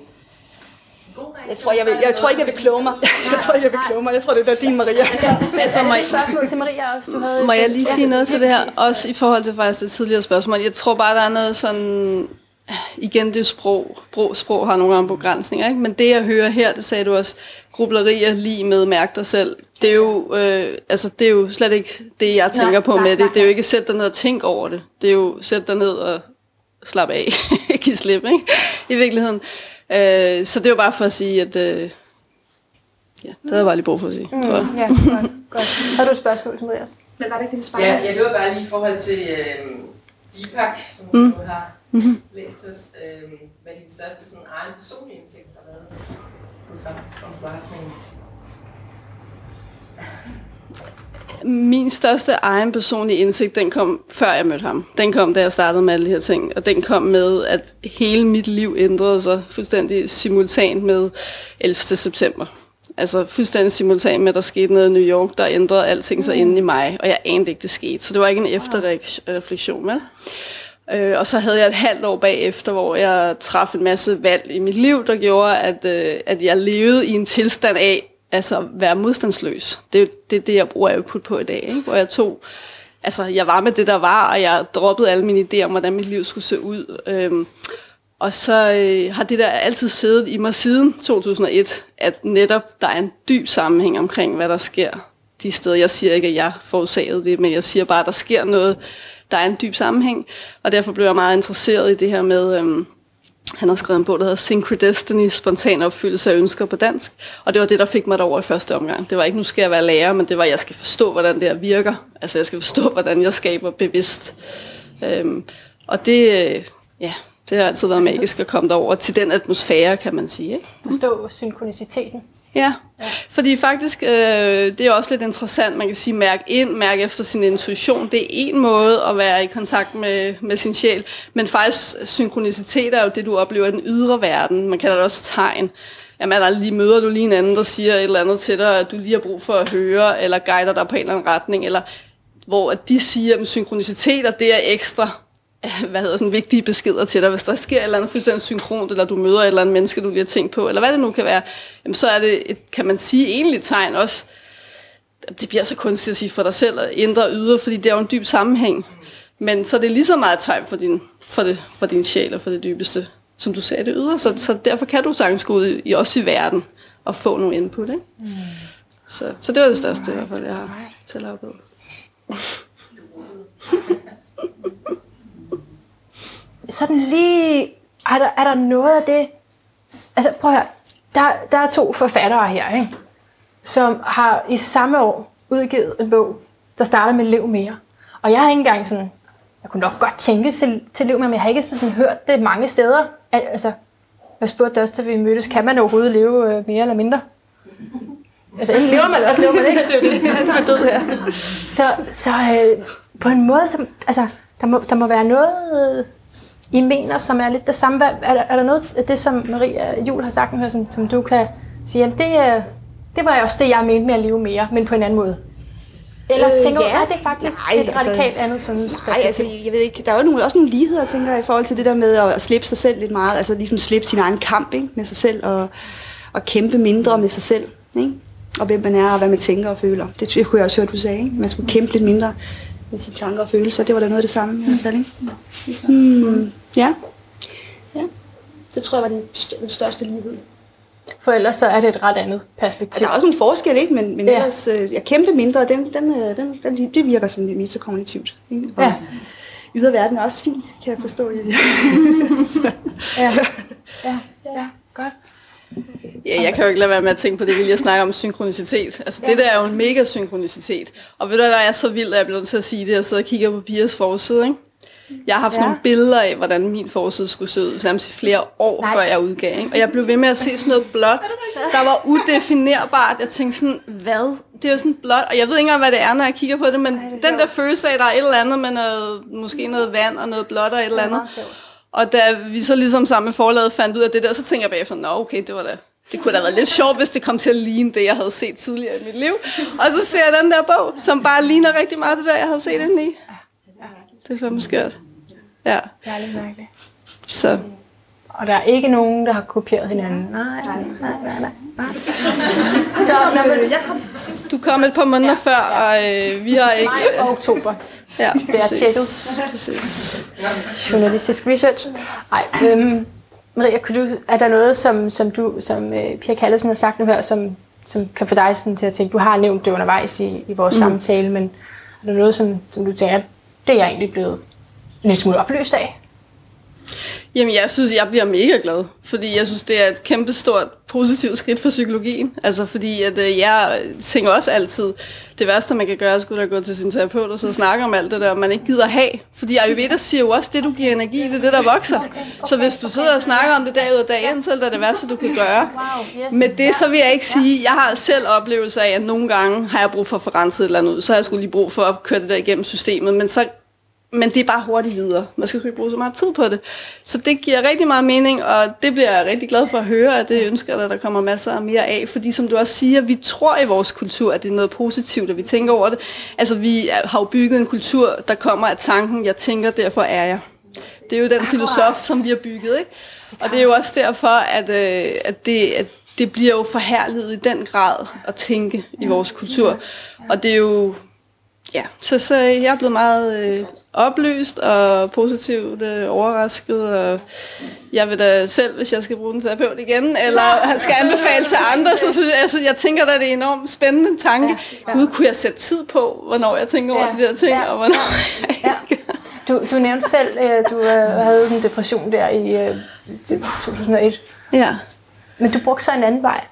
god reaktion. Jeg tror, jeg, vil, jeg tror ikke, jeg vil kloge mig. Jeg tror ikke, jeg vil kloge mig. Jeg tror, det er din, Maria. Altså, må, spørgsmål til Maria også. Du havde må jeg lige sige noget til det her? Også i forhold til faktisk det tidligere spørgsmål. Jeg tror bare, der er noget sådan igen, det er jo sprog. Sprog, sprog har nogle gange begrænsninger, ikke? Men det, jeg hører her, det sagde du også, grublerier lige med mærk dig selv. Det er jo, øh, altså, det er jo slet ikke det, jeg tænker nej, på nej, med nej, det. Det er jo ikke sæt dig ned og tænk over det. Det er jo sæt dig ned og slap af. Giv slip, ikke? I virkeligheden. Øh, så det er jo bare for at sige, at øh, ja, det havde jeg bare lige brug for at sige, mm, tror jeg. Ja, godt, godt. Har du et spørgsmål, Andreas? Men var det ikke det med spejling? Ja, ja, det var bare lige i forhold til øh, Deepak, som mm. du har mm-hmm. læst hos, øh, hvad din største sådan, egen personlige indsigt har været hos ham, om du har haft en... Min største egen personlige indsigt, den kom før jeg mødte ham. Den kom, da jeg startede med alle de her ting. Og den kom med, at hele mit liv ændrede sig fuldstændig simultant med ellevte september. Altså fuldstændig simultant med, at der skete noget i New York, der ændrede alting sig inde i mig. Og jeg anede ikke, det skete. Så det var ikke en efterreflektion, vel? Øh, og så havde jeg et halvt år bagefter, hvor jeg traf en masse valg i mit liv, der gjorde, at, øh, at jeg levede i en tilstand af, altså være modstandsløs. Det er det, det, jeg bruger output på i dag, ikke? Hvor jeg tog, altså jeg var med det, der var, og jeg droppede alle mine idéer om, hvordan mit liv skulle se ud. Øhm, og så øh, har det der altid siddet i mig siden to tusind og et, at netop der er en dyb sammenhæng omkring, hvad der sker de steder. Jeg siger ikke, at jeg forårsagede det, men jeg siger bare, at der sker noget, der er en dyb sammenhæng. Og derfor blev jeg meget interesseret i det her med... Øhm, han har skrevet en bog, der hedder Synchrodestiny, spontan opfyldelse af ønsker på dansk. Og det var det, der fik mig derover i første omgang. Det var ikke, nu skal jeg være lærer, men det var, at jeg skal forstå, hvordan det her virker. Altså, jeg skal forstå, hvordan jeg skaber bevidst. Øhm, og det, ja, det har altid været magisk at komme derover til den atmosfære, kan man sige. Ikke? Forstå synkroniciteten. Ja, ja. Fordi faktisk, øh, det er også lidt interessant, man kan sige, mærke ind, mærke efter sin intuition. Det er en måde at være i kontakt med, med sin sjæl, men faktisk synkronicitet er jo det, du oplever i den ydre verden. Man kalder det også tegn. Jamen, der lige møder du lige en anden, der siger et eller andet til dig, at du lige har brug for at høre, eller guider dig på en eller anden retning, eller hvor de siger, at synkroniciteter, det er ekstra, hvad hedder sådan, vigtige beskeder til dig. Hvis der sker et eller andet fuldstændig synkront, eller du møder et eller andet menneske, du lige har tænkt på, eller hvad det nu kan være, jamen, så er det et, kan man sige, egentligt tegn også. Det bliver så kunstigt at sige for dig selv, at ændre ydre, fordi det er jo en dyb sammenhæng. Men så er det lige så meget tegn for din, for det, for din sjæl og for det dybeste, som du sagde, det ydre. Så, så derfor kan du sagtens gå ud i, også i verden og få nogle input. Ikke? Mm. Så, så det var det største i hvert fald, jeg har selv oplevet. Sådan lige, er der, er der noget af det, altså prøv at høre, der, der er to forfattere her, ikke? Som har i samme år udgivet en bog, der starter med Lev mere. Og jeg har ikke engang sådan, jeg kunne nok godt tænke til, til Lev mere, men jeg har ikke sådan hørt det mange steder. Al, altså, jeg spurgte også, da vi mødtes, kan man overhovedet leve øh, mere eller mindre? Altså, enten lever man, eller også lever man ikke. Det er det, der er død her. Så, så øh, på en måde, som, altså, der må, der må være noget... Øh, I mener, som er lidt det samme. Er der, er der noget af det, som Maria Juhl har sagt her, som, som du kan sige, jamen det, det var også det, jeg mente med at leve mere, men på en anden måde? Eller øh, tænker du, ja. Er det faktisk nej, et radikalt altså, andet sundhedsperspektiv? Nej, altså, jeg ved ikke. Der er jo nogle, også nogle ligheder, tænker jeg, i forhold til det der med at slippe sig selv lidt meget. Altså ligesom slippe sin egen kamp, ikke, med sig selv, og, og kæmpe mindre med sig selv. Ikke? Og hvem man er, og hvad man tænker og føler. Det jeg kunne jeg også høre, du sagde. Ikke? Man skulle kæmpe lidt mindre med sine tanker og følelser. Det var da noget af det samme i hvert fald. Ikke? Hmm. Ja. Ja, det tror jeg var den, den største lighed. For ellers så er det et ret andet perspektiv. Og der er også en forskel, ikke? Men, men ja. ellers, øh, jeg kæmpe mindre, den, den, den, den, det virker som metakognitivt. Ikke? Og ja. Ydre verden er også fint, kan jeg forstå. I det. ja. ja, ja, godt. Ja, jeg kan jo ikke lade være med at tænke på det, vi lige snakker om synkronicitet. Altså ja. Det der er jo en mega synkronicitet. Og ved du, der er så vildt, at jeg bliver nødt til at sige det, jeg sidder og kigger på Pias forside, ikke? Jeg har haft ja. nogle billeder af, hvordan min forside skulle se ud, samtidig i flere år, Nej. før jeg udgav. Ikke? Og jeg blev ved med at se sådan noget blåt, der var udefinerbart. Jeg tænkte sådan, hvad? Det er jo sådan blåt, og jeg ved ikke engang, hvad det er, når jeg kigger på det, men Ej, det den der følelse af, at der er et eller andet med noget, måske noget vand og noget blåt og et eller andet. Og da vi så ligesom sammen med forlaget fandt ud af det der, så tænker jeg bagefter, nå okay, det var da... Det kunne da have været lidt sjovt, hvis det kom til at ligne det, jeg havde set tidligere i mit liv. Og så ser jeg den der bog, som bare ligner rigtig meget det der, jeg havde set inde i. Det er fandme skørt. Ja. Det er lidt mærkeligt. Så. Og der er ikke nogen, der har kopieret hinanden. Nej, nej, nej, nej. nej. Så når man, Jeg kom Du kom et par måneder ja, før, og øh, vi har ikke... maj og oktober. Ja, Det er tjekket. præcis. Journalistisk research. Ej, øhm, Maria, kunne du, er der noget, som, som, du, som øh, Pia Callesen har sagt nu her, som, som kan få dig sådan til at tænke, du har nævnt det undervejs i, i vores mm. samtale, men er der noget, som, som du tænker, det er jeg egentlig blevet en lille smule oplyst af? Jamen, jeg synes, jeg bliver mega glad, fordi jeg synes, det er et kæmpestort positivt skridt for psykologien. Altså, fordi at, øh, jeg tænker også altid, det værste, man kan gøre, skulle da gå til sin terapeut og så snakke om alt det der, man ikke gider have. Fordi Ayurveda siger jo også, det du giver energi, det er det, der vokser. Så hvis du sidder og snakker om det dag ud af dag ind, så er det det værste, du kan gøre. Med det, så vil jeg ikke sige, jeg har selv oplevelse af, at nogle gange har jeg brug for at få renset et eller andet ud, så har jeg skulle lige brug for at køre det der igennem systemet, men så Men det er bare hurtigt videre. Man skal sgu ikke bruge så meget tid på det. Så det giver rigtig meget mening, og det bliver jeg rigtig glad for at høre, at det ønsker der, der kommer masser af mere af. Fordi som du også siger, vi tror i vores kultur, at det er noget positivt, at vi tænker over det. Altså vi har jo bygget en kultur, der kommer af tanken, jeg tænker, derfor er jeg. Det er jo den filosof, som vi har bygget, ikke? Og det er jo også derfor, at, øh, at, det, at det bliver jo forherliget i den grad at tænke i vores kultur. Og det er jo... Ja, så, så jeg er blevet meget øh, oplyst og positivt øh, overrasket, og jeg vil da selv, hvis jeg skal bruge den terapeut igen, eller skal anbefale til andre, så synes jeg, altså, jeg tænker da, det er en enormt spændende tanke. Ja, ja. Gud, kunne jeg sætte tid på, hvornår jeg tænker over ja, de der ting, ja, og hvornår jeg ja. ikke du, du nævnte selv, at du havde en depression der i øh, to tusind og et. Ja. Men du brugte så en anden vej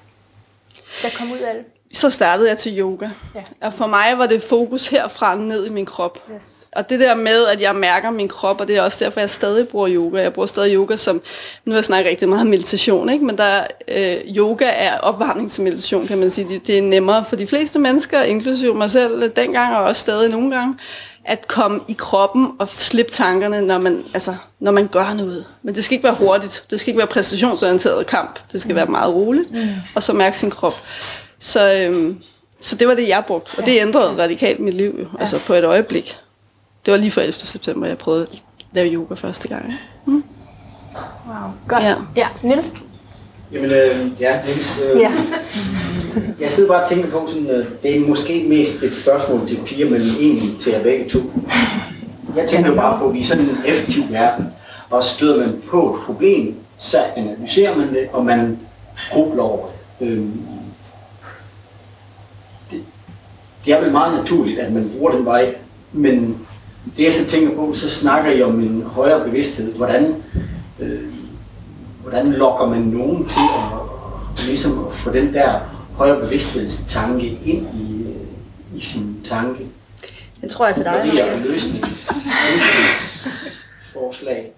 til at komme ud af det. Så startede jeg til yoga. Ja. Og for mig var det fokus herfra ned i min krop. Yes. Og det der med, at jeg mærker min krop, og det er også derfor, jeg stadig bruger yoga. Jeg bruger stadig yoga som, nu har jeg snakket rigtig meget om meditation, ikke? Men der, øh, yoga er opvarmning til meditation, kan man sige. Det, det er nemmere for de fleste mennesker, inklusive mig selv dengang, og også stadig nogle gange, at komme i kroppen og slippe tankerne, når man, altså, når man gør noget. Men det skal ikke være hurtigt. Det skal ikke være præstationsorienteret kamp. Det skal mm. være meget roligt, mm. og så mærke sin krop. Så, øhm, så det var det, jeg brugte. Og det ændrede radikalt mit liv, jo. Altså på et øjeblik. Det var lige for ellevte september, jeg prøvede at lave yoga første gang. Mm. Wow, godt. Ja, ja. Niels? Jamen, øh, ja, Niels. Øh, ja. Jeg sidder bare og tænker på, sådan, øh, det er måske mest et spørgsmål til Pia, men egentlig til jer begge to. Jeg tænker bare på, at vi er sådan en effektiv verden, og støder man på et problem, så analyserer man det, og man grubler over det. Øh, Det er vel meget naturligt, at man bruger den vej, men det jeg så tænker på, så snakker I om en højere bevidsthed. Hvordan, øh, hvordan lokker man nogen til at, ligesom at få den der højere bevidsthedstanke ind i, i sin tanke? Jeg tror jeg til dig. Det er løsnings, løsningsforslag.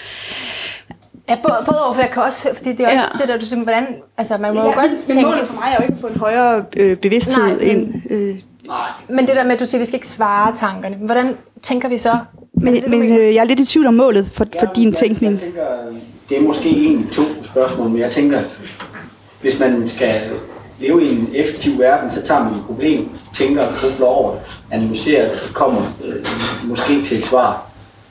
Ja, både, både over, for jeg kan også, fordi det er også ja. det, der du siger, hvordan, altså man må ja, jo godt tænke... Men målet for mig er jo ikke at få en højere øh, bevidsthed nej, ind. Øh. Nej. Men det der med, at du siger, at vi skal ikke svare tankerne. Hvordan tænker vi så? Men, det, men øh, jeg er lidt i tvivl om målet for, for ja, din jeg, tænkning. Jeg tænker, det er måske egentlig to spørgsmål, men jeg tænker, hvis man skal leve i en effektiv verden, så tager man et problem, tænker og grubler over det, analyserer det, og kommer øh, måske til et svar.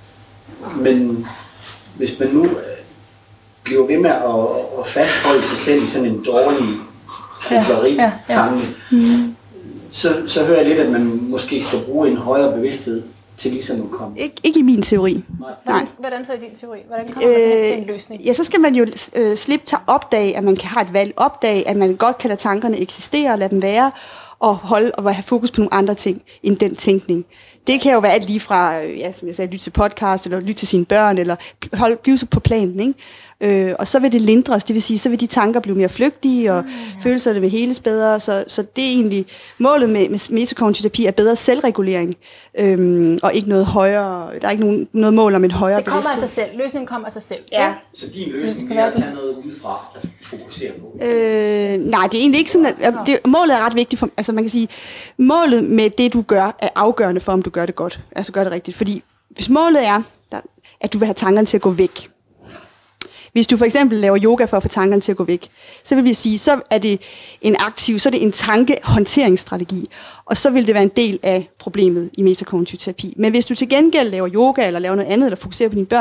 Men hvis man nu bliver ved med at, at fastholde sig selv i sådan en dårlig grubleri-tanke, ja, ja, ja. mm. så, så hører jeg lidt, at man måske skal bruge en højere bevidsthed til ligesom at komme. Ik- ikke i min teori. Hvordan, hvordan så i din teori? Hvordan kommer man øh, til en løsning? Ja, så skal man jo øh, slippe til at opdage, at man kan have et valg. Opdage, at man godt kan lade tankerne eksistere og lade dem være, og holde og have fokus på nogle andre ting end den tænkning. Det kan jo være alt lige fra, ja, som jeg sagde, lytte til podcast, eller lytte til sine børn, eller holde, blive så på planen, ikke? Øh, og så vil det lindres, det vil sige, så vil de tanker blive mere flygtige, og ja. følelserne vil heles bedre, så, så det er egentlig, målet med, med metakognitiv terapi er bedre selvregulering, øhm, og ikke noget højere, der er ikke nogen, noget mål om en højere bevidsthed. Det kommer bevidsthed. af sig selv, løsningen kommer af sig selv. Ja. Så din løsning er at tage noget udefra, at fokusere på? Øh, nej, det er egentlig ikke sådan, at det, målet er ret vigtigt, for, altså man kan sige, målet med det du gør, er afgørende for, om du gør det godt, altså gør det rigtigt, fordi hvis målet er, at du vil have tankerne til at gå væk. Hvis du for eksempel laver yoga for at få tankerne til at gå væk, så vil vi sige, så er det en aktiv, så er det en tankehåndteringsstrategi, og så vil det være en del af problemet i metakognitiv terapi. Men hvis du til gengæld laver yoga, eller laver noget andet, eller fokuserer på dine børn,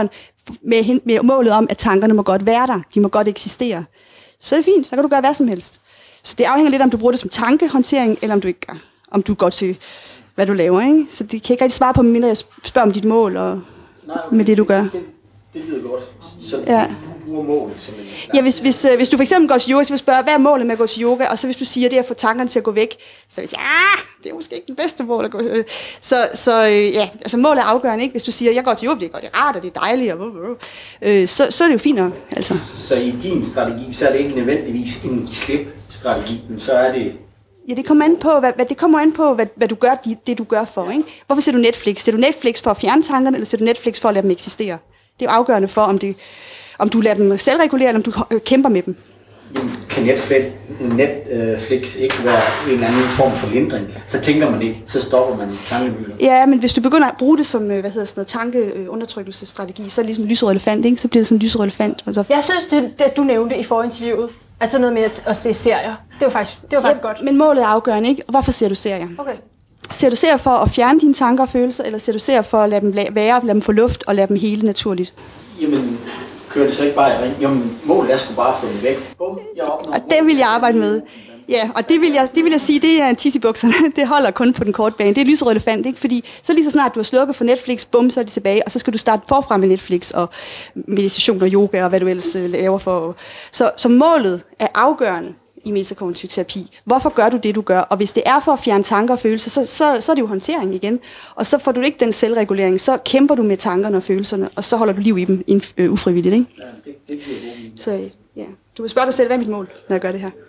med, med målet om, at tankerne må godt være der, de må godt eksistere, så er det fint, så kan du gøre hvad som helst. Så det afhænger lidt, om du bruger det som tankehåndtering, eller om du ikke gør. Om du går til, hvad du laver, ikke? Så det kan ikke rigtig svare på, mindre jeg spørger om dit mål, og Nej, okay. med det, du gør. Det, det lyder godt. Så ja. du bruger målet simpelthen. Ja, hvis, hvis, hvis du for eksempel går til yoga, så vil jeg spørge, hvad er målet med at gå til yoga? Og så hvis du siger, det er at få tankerne til at gå væk, så vil jeg sige, ah, det er måske ikke den bedste mål at gå til. Så, så ja, altså målet er afgørende, ikke? Hvis du siger, jeg går til yoga, det er godt, det er rart, og det er dejligt, og øh, så, så er det jo fint nok. Altså. Så i din strategi, så er det ikke nødvendigvis en slip-strategi, men så er det... Ja, det kommer an på, hvad, hvad, det kommer an på, hvad, hvad du gør, det, det du gør for, ikke? Hvorfor ser du Netflix? Ser du Netflix for at fjerne tankerne, eller ser du Netflix for at lade dem eksistere? Det er jo afgørende for, om, det, om du lader dem selvregulere, eller om du kæmper med dem. Jamen, kan Netflix, Netflix ikke være en eller anden form for lindring? Så tænker man ikke, så stopper man tankemøller. Ja, men hvis du begynder at bruge det som, hvad hedder sådan noget, tankeundertrykkelsesstrategi, så er det ligesom en lyserød elefant, ikke? Så bliver det sådan en lyserød elefant. Så... Jeg synes, det, det du nævnte i forinterviewet, altså noget med at, at se serier, det var faktisk, det var faktisk ja, godt. Men målet er afgørende, ikke? Og hvorfor ser du serier? Okay. Ser du serier for at fjerne dine tanker og følelser, eller ser du serier for at lade dem være, lade dem få luft og lade dem hele naturligt? Jamen, kører det så ikke bare i ring? Jamen, målet er sgu bare at få dem væk. Bum, jeg opnår. Og det vil jeg arbejde med. Ja, og det vil jeg, det vil jeg sige, det er en tis i bukserne. Det holder kun på den korte bane. Det er lyserød elefant, ikke? Fordi så lige så snart du har slukket for Netflix, bum, så er de tilbage, og så skal du starte forfra med Netflix og meditation og yoga og hvad du ellers laver for. Så, så målet er afgørende i metakognitiv terapi. Hvorfor gør du det, du gør? Og hvis det er for at fjerne tanker og følelser, så, så, så er det jo håndtering igen. Og så får du ikke den selvregulering, så kæmper du med tankerne og følelserne, og så holder du liv i dem øh, ufrivilligt, ikke? Ja, det, det bliver god. Så ja, du vil spørge dig selv, hvad er mit mål, når jeg gør det her?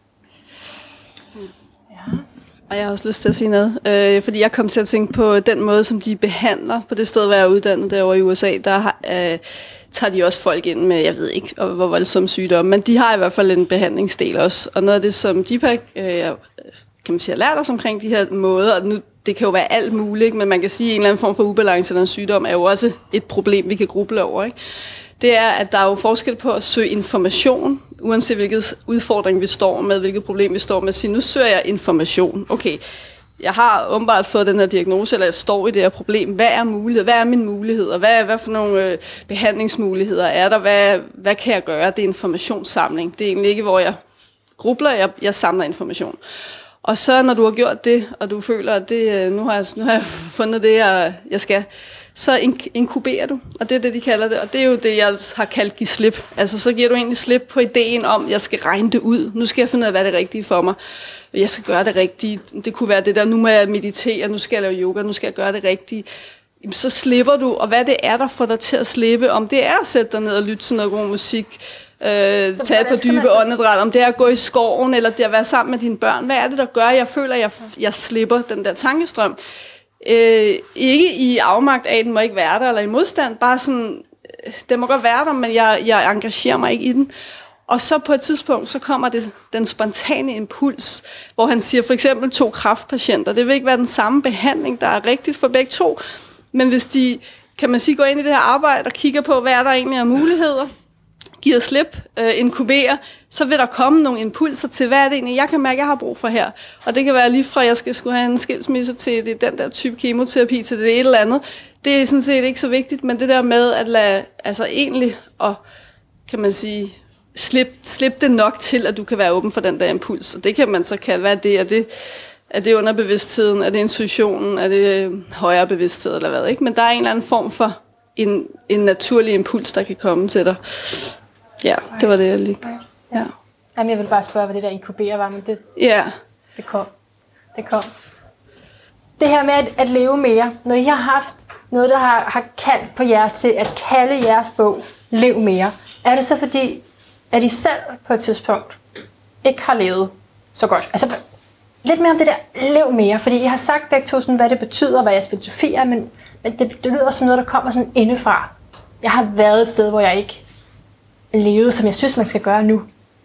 Ja. Og jeg har også lyst til at sige noget, øh, fordi jeg kom til at tænke på den måde, som de behandler på det sted, hvor jeg er uddannet derovre i U S A, der har... Øh, tager de også folk ind med, jeg ved ikke, hvor voldsomme sygdomme, men de har i hvert fald en behandlingsdel også. Og noget af det, som Deepak øh, kan man sige, har lært os omkring de her måder, og nu, det kan jo være alt muligt, men man kan sige, at en eller anden form for ubalance eller en sygdom er jo også et problem, vi kan gruble over, ikke? Det er, at der er jo forskel på at søge information, uanset hvilket udfordring vi står med, hvilket problem vi står med. Så nu søger jeg information. Okay, jeg har åbenbart fået den her diagnose, eller jeg står i det her problem. Hvad er mulighed? Hvad er mine muligheder? Hvad, hvad for nogle øh, behandlingsmuligheder er der? Hvad, hvad kan jeg gøre? Det er informationssamling. Det er egentlig ikke, hvor jeg grubler, jeg, jeg samler information. Og så når du har gjort det, og du føler, at det, nu, har jeg, nu har jeg fundet det, jeg, jeg skal, så inkuberer du, og det er det, de kalder det. Og det er jo det, jeg har kaldt give slip. Altså, så giver du egentlig slip på ideen om, at jeg skal regne det ud. Nu skal jeg finde ud af, hvad er det rigtige for mig. Jeg skal gøre det rigtige. Det kunne være det der, nu må jeg meditere, nu skal jeg lave yoga, nu skal jeg gøre det rigtige. Så slipper du, og hvad det er, der får dig til at slippe, om det er at sætte dig ned og lytte til noget god musik, øh, tage på dybe åndedræt, om det er at gå i skoven, eller det er at være sammen med dine børn. Hvad er det, der gør, at jeg føler, at jeg, jeg slipper den der tankestrøm? Øh, ikke i afmagt af, at den må ikke være der, eller i modstand, bare sådan, det må godt være der, men jeg, jeg engagerer mig ikke i den. Og så på et tidspunkt, så kommer det den spontane impuls, hvor han siger for eksempel to kræftpatienter. Det vil ikke være den samme behandling, der er rigtigt for begge to. Men hvis de, kan man sige, går ind i det her arbejde og kigger på, hvad er der egentlig af muligheder, giver slip, øh, inkuberer, så vil der komme nogle impulser til, hvad er det egentlig, jeg kan mærke, jeg har brug for her. Og det kan være lige fra, at jeg skal skulle have en skilsmisse til det, den der type kemoterapi, til det et eller andet. Det er sådan set ikke så vigtigt, men det der med at lade, altså egentlig, og kan man sige, Slip, slip det nok til, at du kan være åben for den der impuls. Og det kan man så kalde, hvad er det? Er det, er det underbevidstheden? Er det intuitionen? Er det højere bevidsthed? Eller hvad, ikke? Men der er en eller anden form for en, en naturlig impuls, der kan komme til dig. Ja, det var det, jeg lige... Ja. Jamen, jeg vil bare spørge, hvad det der inkubere var, men det, ja. det kom. Det kom. Det her med at, at leve mere. Når I har haft noget, der har, har kaldt på jer til at kalde jeres bog Lev mere, er det så fordi, at I selv på et tidspunkt ikke har levet så godt? Altså lidt mere om det der lev mere, fordi I har sagt begge to, sådan, hvad det betyder, hvad jeres filosofi er, men, men det, det lyder som noget, der kommer sådan indefra. Jeg har været et sted, hvor jeg ikke levede, som jeg synes, man skal gøre nu.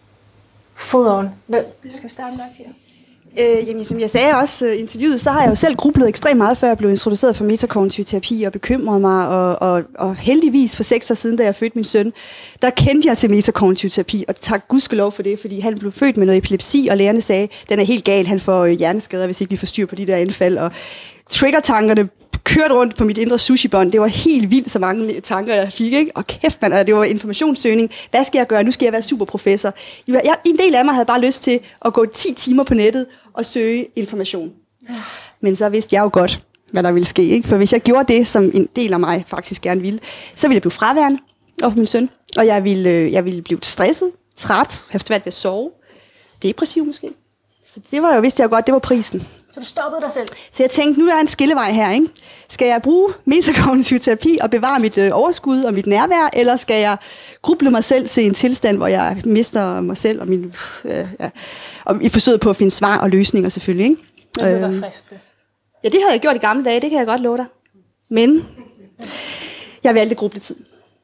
Full on. Skal vi starte nok her? Øh, jamen, som jeg sagde også i interviewet, så har jeg jo selv grublet ekstremt meget, før jeg blev introduceret for metakognitiv terapi og bekymret mig, og, og, og heldigvis for seks år siden, da jeg fødte min søn, der kendte jeg til metakognitiv terapi, og tak gudskelov for det, fordi han blev født med noget epilepsi, og lægerne sagde, den er helt gal, han får hjerneskader, hvis ikke vi får styr på de der anfald, og triggertankerne kørte rundt på mit indre sushi-bånd. Det var helt vildt, så mange tanker, jeg fik. Ikke? Og kæft, man, det var informationssøgning. Hvad skal jeg gøre? Nu skal jeg være superprofessor. Jeg, en del af mig havde bare lyst til at gå ti timer på nettet og søge information. Men så vidste jeg jo godt, hvad der ville ske. Ikke? For hvis jeg gjorde det, som en del af mig faktisk gerne ville, så ville jeg blive fraværende over for min søn. Og jeg ville, jeg ville blive stresset, træt, have svært ved at sove. Depressiv måske. Så det var jo, vidste jeg godt, det var prisen. Så du stoppede dig selv? Så jeg tænkte, nu er der en skillevej her, ikke? Skal jeg bruge metakognitiv terapi og bevare mit øh, overskud og mit nærvær, eller skal jeg gruble mig selv til en tilstand, hvor jeg mister mig selv og min øh, ja, og i forsøget på at finde svar og løsninger selvfølgelig, ikke? Det ville være fristende. Ja, det havde jeg gjort i gamle dage, det kan jeg godt love dig. Men jeg valgte grubletid.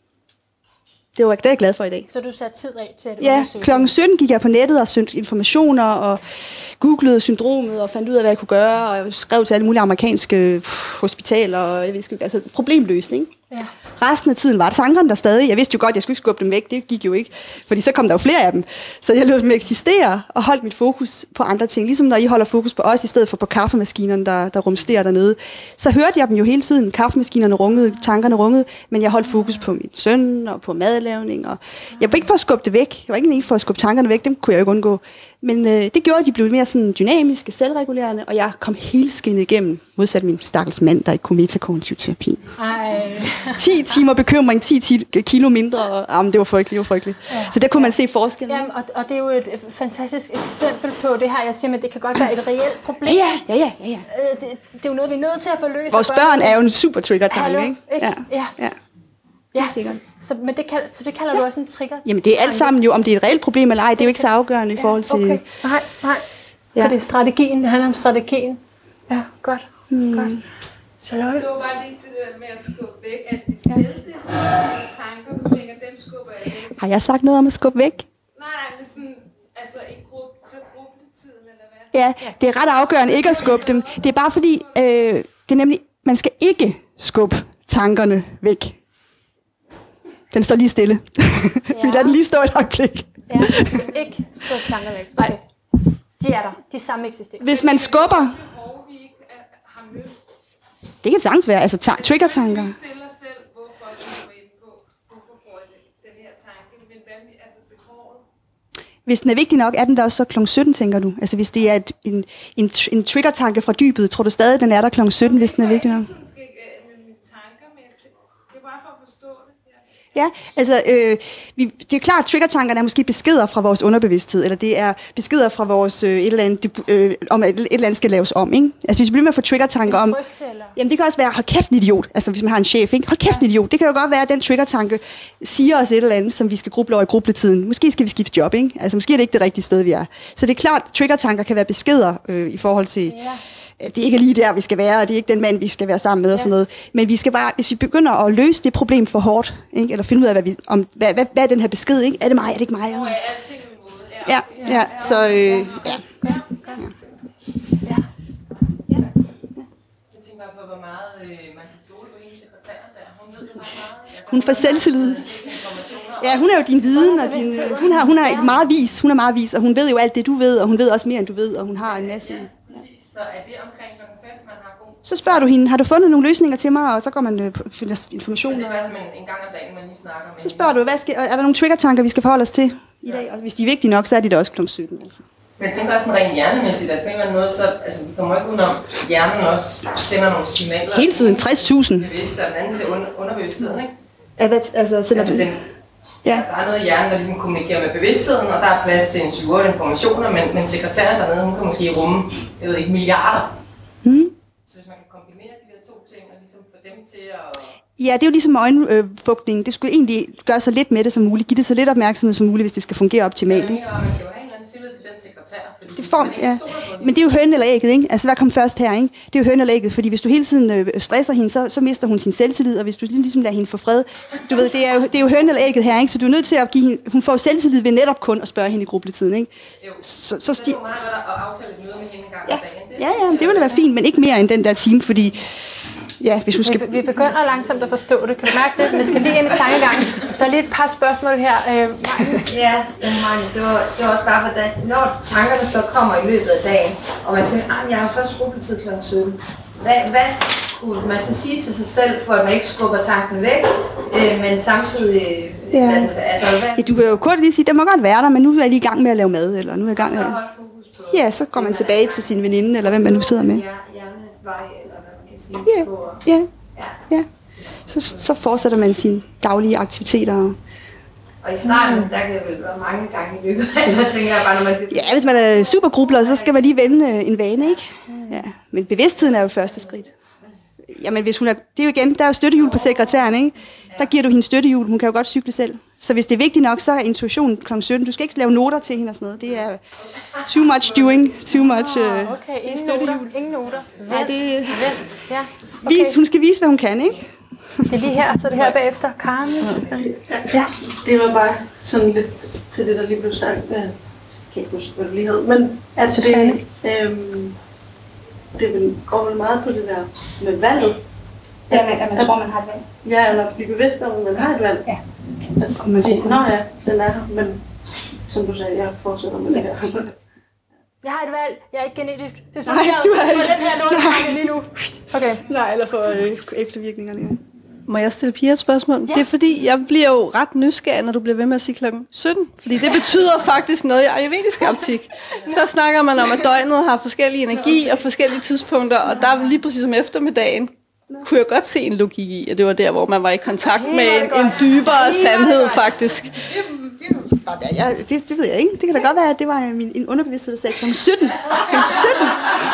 Det var det er jeg glad for i dag. Så du satte tid af til at ja, undersøge? Ja, klokken sytten gik jeg på nettet og søgte informationer og googlede syndromet og fandt ud af, hvad jeg kunne gøre. Og jeg skrev til alle mulige amerikanske hospitaler og jeg ved ikke, altså problemløsning. Ja. Resten af tiden var tankerne der stadig. Jeg vidste jo godt, at jeg skulle ikke skubbe dem væk. Det gik jo ikke, fordi så kom der jo flere af dem. Så jeg lod dem eksistere og holdt mit fokus på andre ting. Ligesom når I holder fokus på os, i stedet for på kaffemaskinerne, der, der rumsterer dernede. Så hørte jeg dem jo hele tiden. Kaffemaskinerne rungede, tankerne rungede, men jeg holdt fokus på min søn og på madlavning. Og jeg var ikke for at skubbe det væk. Jeg var ikke en for at skubbe tankerne væk. Dem kunne jeg jo ikke undgå. Men øh, det gjorde, at de blev mere sådan dynamiske, selvregulerende, og jeg kom helt skinnet igennem, modsat min stakkels mand, der ikke kunne metakognitiv terapi. Ej. ti timer bekymring, ti kilo mindre, og jamen, det var frygteligt, det var frygteligt. Ja. Så der kunne man se forskellen. Jamen, og, og det er jo et fantastisk eksempel på det her, jeg siger, men det kan godt være et reelt problem. Ja, ja, ja. ja, ja. Det, det er jo noget, vi er nødt til at få løst. Vores børn er jo en super trigger-tegning, ikke? ikke? Ja. ja. Ja, så, så, men det kan, så det kalder ja. du også en trigger? Jamen det er alt sammen jo, om det er et reelt problem eller ej, det er jo ikke så afgørende i forhold til... Okay. Nej, nej. Ja. For det er strategien, det handler om strategien. Ja, godt. Mm. godt. Charlotte? Det var bare lige til det der med at skubbe væk, at de selvdestruktive tanker, du tænker, dem skubber jeg væk. Har jeg sagt noget om at skubbe væk? Nej, men sådan, altså i gruppe, så gruppetiden eller hvad? Ja, det er ret afgørende ikke at skubbe dem. Det er bare fordi, øh, det er nemlig, man skal ikke skubbe tankerne væk. Den står lige stille. Vi lader den lige stå et øjeblik. Ja, ikke skubbe tankerne væk. Nej, de er der. De samme eksisterer. Hvis man skubber... Det kan sagtens være, altså ta- trigger-tanker. Vi stiller selv, hvorfor vi er inde på, hvorfor får jeg den her tanke, men hvad med altså behovet? Hvis den er vigtig nok, er den der også så klokken sytten, tænker du? Altså hvis det er et, en, en, en trigger-tanke fra dybet, tror du stadig, den er der klokken sytten, hvis den er vigtig nok? Ja, altså øh, vi, det er klart, at trigger-tankerne er måske beskeder fra vores underbevidsthed, eller det er beskeder fra vores øh, et eller andet, øh, om at et eller andet skal laves om, ikke? Altså hvis vi bliver med at få trigger-tanker om, jamen det kan også være, hold kæft en idiot, altså hvis man har en chef, ikke? Hold kæft en idiot, det kan jo godt være, at den trigger-tanke siger os et eller andet, som vi skal gruble over i grubletiden. Måske skal vi skifte job, ikke? Altså måske er det ikke det rigtige sted, vi er. Så det er klart, trigger-tanker kan være beskeder øh, i forhold til... Ja. Det er ikke lige der, vi skal være, og det er ikke den mand, vi skal være sammen med, ja. Og sådan noget. Men vi skal bare, hvis vi begynder at løse det problem for hårdt, ikke? Eller finde ud af, hvad, vi, om, hvad, hvad, hvad er den her besked, ikke? Er det mig, er det ikke mig? Hvor er alting en måde? Ja, ja, ja, så øh, ja. Jeg tænker bare på, hvor meget øh, man kan stole på hendes sekretær der. Hun ved jo meget. Hun får selvtillid. Ja, hun er jo din viden, og din, hun, har, hun er meget vis, hun er meget vis, og hun ved jo alt det, du ved, og hun ved også mere, end du ved, og hun har en masse... Så er det omkring klokken fem, man har god... Så spørger du hende, har du fundet nogle løsninger til mig, og så går man øh, finder information. Så det er bare en gang om dagen, man lige snakker med. Så spørger du, hvad skal, er der nogle trigger-tanker, vi skal forholde os til i dag? Og hvis de er vigtige nok, så er de da også klokken sytten. Altså. Men jeg tænker også rent hjernemæssigt, at på en eller anden måde, så altså, vi kommer ikke udenom, hjernen også sender nogle signaler. Hele tiden, tres tusind. Bevidste og den anden til under, underbevidstheden, ikke? Ja, hvad, altså, sender altså, den, ja. Der er noget i hjernen, der ligesom kommunikerer med bevidstheden, og der er plads til en syv otte informationer, men, men sekretæren dernede, hun kan måske rumme, jeg ved ikke, milliarder. Mm. Så hvis man kan kombinere de der to ting, og ligesom få dem til at... Ja, det er jo ligesom øjenfugtning. Det skulle egentlig gøre så lidt med det som muligt. Give det så lidt opmærksomhed som muligt, hvis det skal fungere optimalt. Ja, man skal jo have en eller anden tillid til den sekretær. Det får, ja. Men det er jo hønen eller ægget, ikke? Altså, hvad kom først her, ikke? Det er jo hønen eller ægget, fordi hvis du hele tiden øh, stresser hende, så, så mister hun sin selvtillid, og hvis du ligesom lader hende få fred, du ved, det er jo, det er jo hønen eller ægget her, ikke? Så du er nødt til at give hende, hun får selvtillid ved netop kun at spørge hende i grubletiden, ikke? Jo, så, så sti- det er jo meget godt at aftale et møde med hende en gang ja. om dagen. Ja, ja, det ville da være fint, men ikke mere end den der time, fordi... Ja, hvis du skal... vi, vi begynder langsomt at forstå det. Kan du mærke det? Vi skal lige ind i tankegangen. Der er lige et par spørgsmål her. Øh, ja, Magne, det var, det var også bare, hvordan, når tankerne så kommer i løbet af dagen, og man tænker, at jeg har først grubletid klokken sytten. Hvad, hvad skulle man så sige til sig selv, for at man ikke skubber tanken væk, øh, men samtidig... Øh, Ja. den, altså, hvad, Ja, du kan jo kort lige sige, der må godt være der, men nu er de i gang med at lave mad, eller nu er jeg i gang med... så hold fokus på... Ja, så går man tilbage til sin veninde, eller hvem man nu sidder med. Hjernes vej, eller hvad man kan sige. Ja, på, ja, ja. ja. Så, så fortsætter man sine daglige aktiviteter. Og i starten, der kan det vel være mange gange i løbet af, jeg tænker bare, når man bliver... Ja, hvis man er supergrubler, så skal man lige vende øh, en vane, ikke? Ja. Men bevidstheden er jo første skridt. Jamen, hvis hun er, det er jo igen, der er jo støttehjul på sekretæren, ikke? Der giver du hende støttehjul, hun kan jo godt cykle selv. Så hvis det er vigtigt nok, så er intuition klokken sytten. Du skal ikke lave noter til hende og sådan noget. Det er too much doing, too much... Uh, Okay, ingen noter. Ingen noter. Vent, Nej, det, vent. Ja, okay. vis, hun skal vise, hvad hun kan, ikke? Det er lige her, så er det her bagefter. Karen. Ja. Det var bare sådan lidt til det, der lige blev sagt. Jeg kan ikke huske, hvad det lige hed. Men at Susanne. det, øhm, det vil, går vel meget på det der med valget. Ja, men, at man tror, man har et valg. Ja, eller blive bevidst om, at man har et valg. Ja. Altså, Og man sige, tror- nå ja, den er her, men som du sagde, jeg fortsætter med det her. Jeg har et valg. Jeg er ikke genetisk Nej, disponeret du er for ikke. den her lånepakke lige nu. Okay. Nej, eller for øh, eftervirkningerne. Ja. Må jeg stille Pia et spørgsmål? Ja. Det er fordi, jeg bliver jo ret nysgerrig, når du bliver ved med at sige klokken sytten. Fordi det betyder faktisk noget i ayurvedisk optik. Der snakker man om, at døgnet har forskellige energi og forskellige tidspunkter, og der er lige præcis som eftermiddagen, kunne jeg godt se en logik i, at det var der, hvor man var i kontakt med en, en dybere sandhed, faktisk. Ja, det, det ved jeg ikke. Det kan da godt være, at det var min, en underbevidsthed, der sagde klokken sytten. klokken sytten.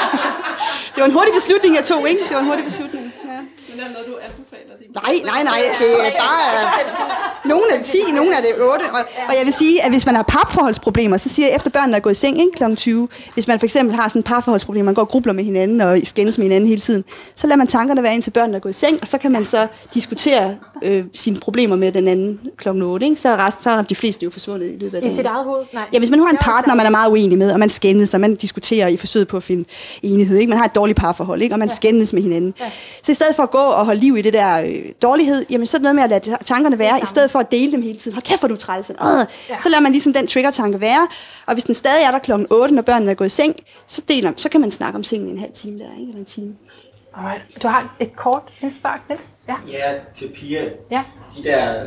Det var en hurtig beslutning, jeg tog, ikke? Det var en hurtig beslutning. Ja. Men det er noget, du anbefaler din. Nej, nej, nej. Det er bare... Nogle er ti, nogle er det otte. Og, og jeg vil sige, at hvis man har parforholdsproblemer, så siger jeg, efter børnene er gået i seng, ikke, klokken tyve, hvis man for eksempel har sådan en parforholdsproblem, man går og grubler med hinanden og skændes med hinanden hele tiden, så lader man tankerne være indtil børnene er gået i seng, og så kan man så diskutere øh, sine problemer med den anden klokken otte. Ikke? Så er resten, så er de fleste jo forsvundet i løbet af I dagen. sit eget hoved? Nej. Ja, hvis man nu har en Det er også partner, man er meget uenig med, og man skændes, og man diskuterer i forsøget på at finde enighed, ikke? Man har et dårligt parforhold, ikke? Og man ja. skændes med hinanden. Ja. Så i stedet for at gå og holde liv i det der øh, dårlighed, jamen så er det noget med at lade tankerne være, i stedet for at dele dem hele tiden. Hold kæft, hvor du træls. Øh. Ja. Så lader man ligesom den trigger-tanke være, og hvis den stadig er der klokken otte, når børnene er gået i seng, så, deler, så kan man snakke om tingene en halv time der, ikke? Eller en time. Alright. Du har et kort indspark, Niels? Ja. Ja, til Pia. Ja. De der øh,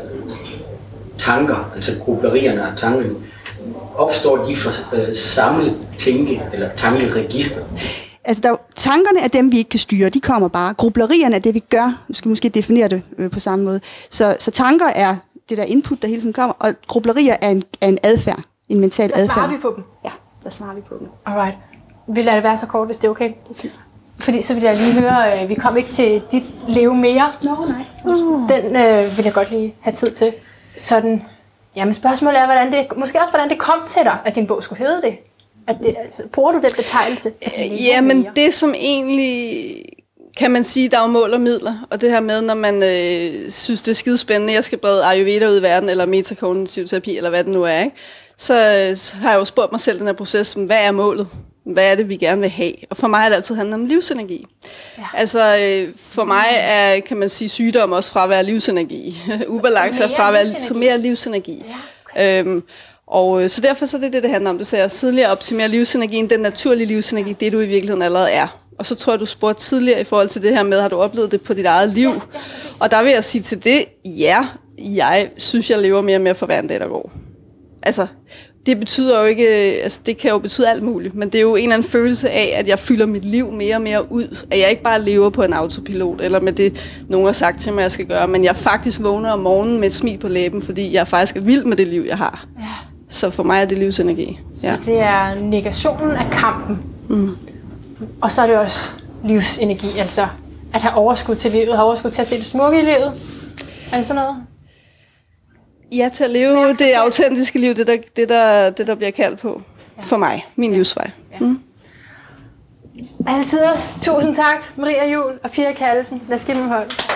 tanker, altså grublerierne og tankerne, opstår de for øh, samlet tænke, eller tankeregister? Altså, der, tankerne er dem, vi ikke kan styre. De kommer bare. Grublerierne er det, vi gør. Nu skal vi måske definere det øh, på samme måde. Så, så tanker er det der input, der hele tiden kommer, og grublerier er en, er en adfærd. En mental Der adfærd. svarer vi på dem. Ja, der svarer vi på dem. Alright. Vi lader det være så kort, hvis det er okay. Fordi så vil jeg lige høre, øh, vi kom ikke til dit leve mere. Nå, nej. Uh. Den øh, vil jeg godt lige have tid til. Sådan, jamen spørgsmålet er, hvordan det, måske også hvordan det kom til dig, at din bog skulle hedde det. At det altså, bruger du den betegnelse? Ja, men det som egentlig, kan man sige, der er jo mål og midler. Og det her med, når man øh, synes, det er skidespændende, jeg skal brede Ayurveda ud i verden, eller metakognitiv terapi, eller hvad det nu er, ikke? Så, så har jeg jo spurgt mig selv den her proces, hvad er målet? Hvad er det, vi gerne vil have? Og for mig har det altid handlet om livsenergi. Ja. Altså, øh, for mig er, kan man sige, sygdom også fra at være livsenergi. Ubalance er fra at være så mere livsenergi. Ja, okay. øhm, og øh, så derfor så er det det, det handler om. Det sagde jeg tidligere, optimere livsenergien, den naturlige livsenergi, det du i virkeligheden allerede er. Og så tror jeg, du spurgte tidligere i forhold til det her med, har du oplevet det på dit eget liv? Ja, ja, og der vil jeg sige til det, ja, jeg synes, jeg lever mere og mere for hver en dag, der går. Altså, det betyder jo ikke, altså det kan jo betyde alt muligt, men det er jo en eller anden følelse af, at jeg fylder mit liv mere og mere ud. At jeg ikke bare lever på en autopilot, eller med det, nogen har sagt til mig, jeg skal gøre, men jeg faktisk vågner om morgenen med et smil på læben, fordi jeg faktisk er vild med det liv, jeg har. Ja. Så for mig er det livsenergi. Ja. Så det er negationen af kampen. Mm. Og så er det også livsenergi, altså at have overskud til livet, have overskud til at se det smukke i livet. Er det sådan noget? Ja, til at leve det autentiske liv, det der, det der, det der bliver kaldt på ja. For mig, min ja. livsvej. Ja. Mm. Altid også. Tusind tak, Maria Juhl og Pia Callesen. Lad os give dem en hånd.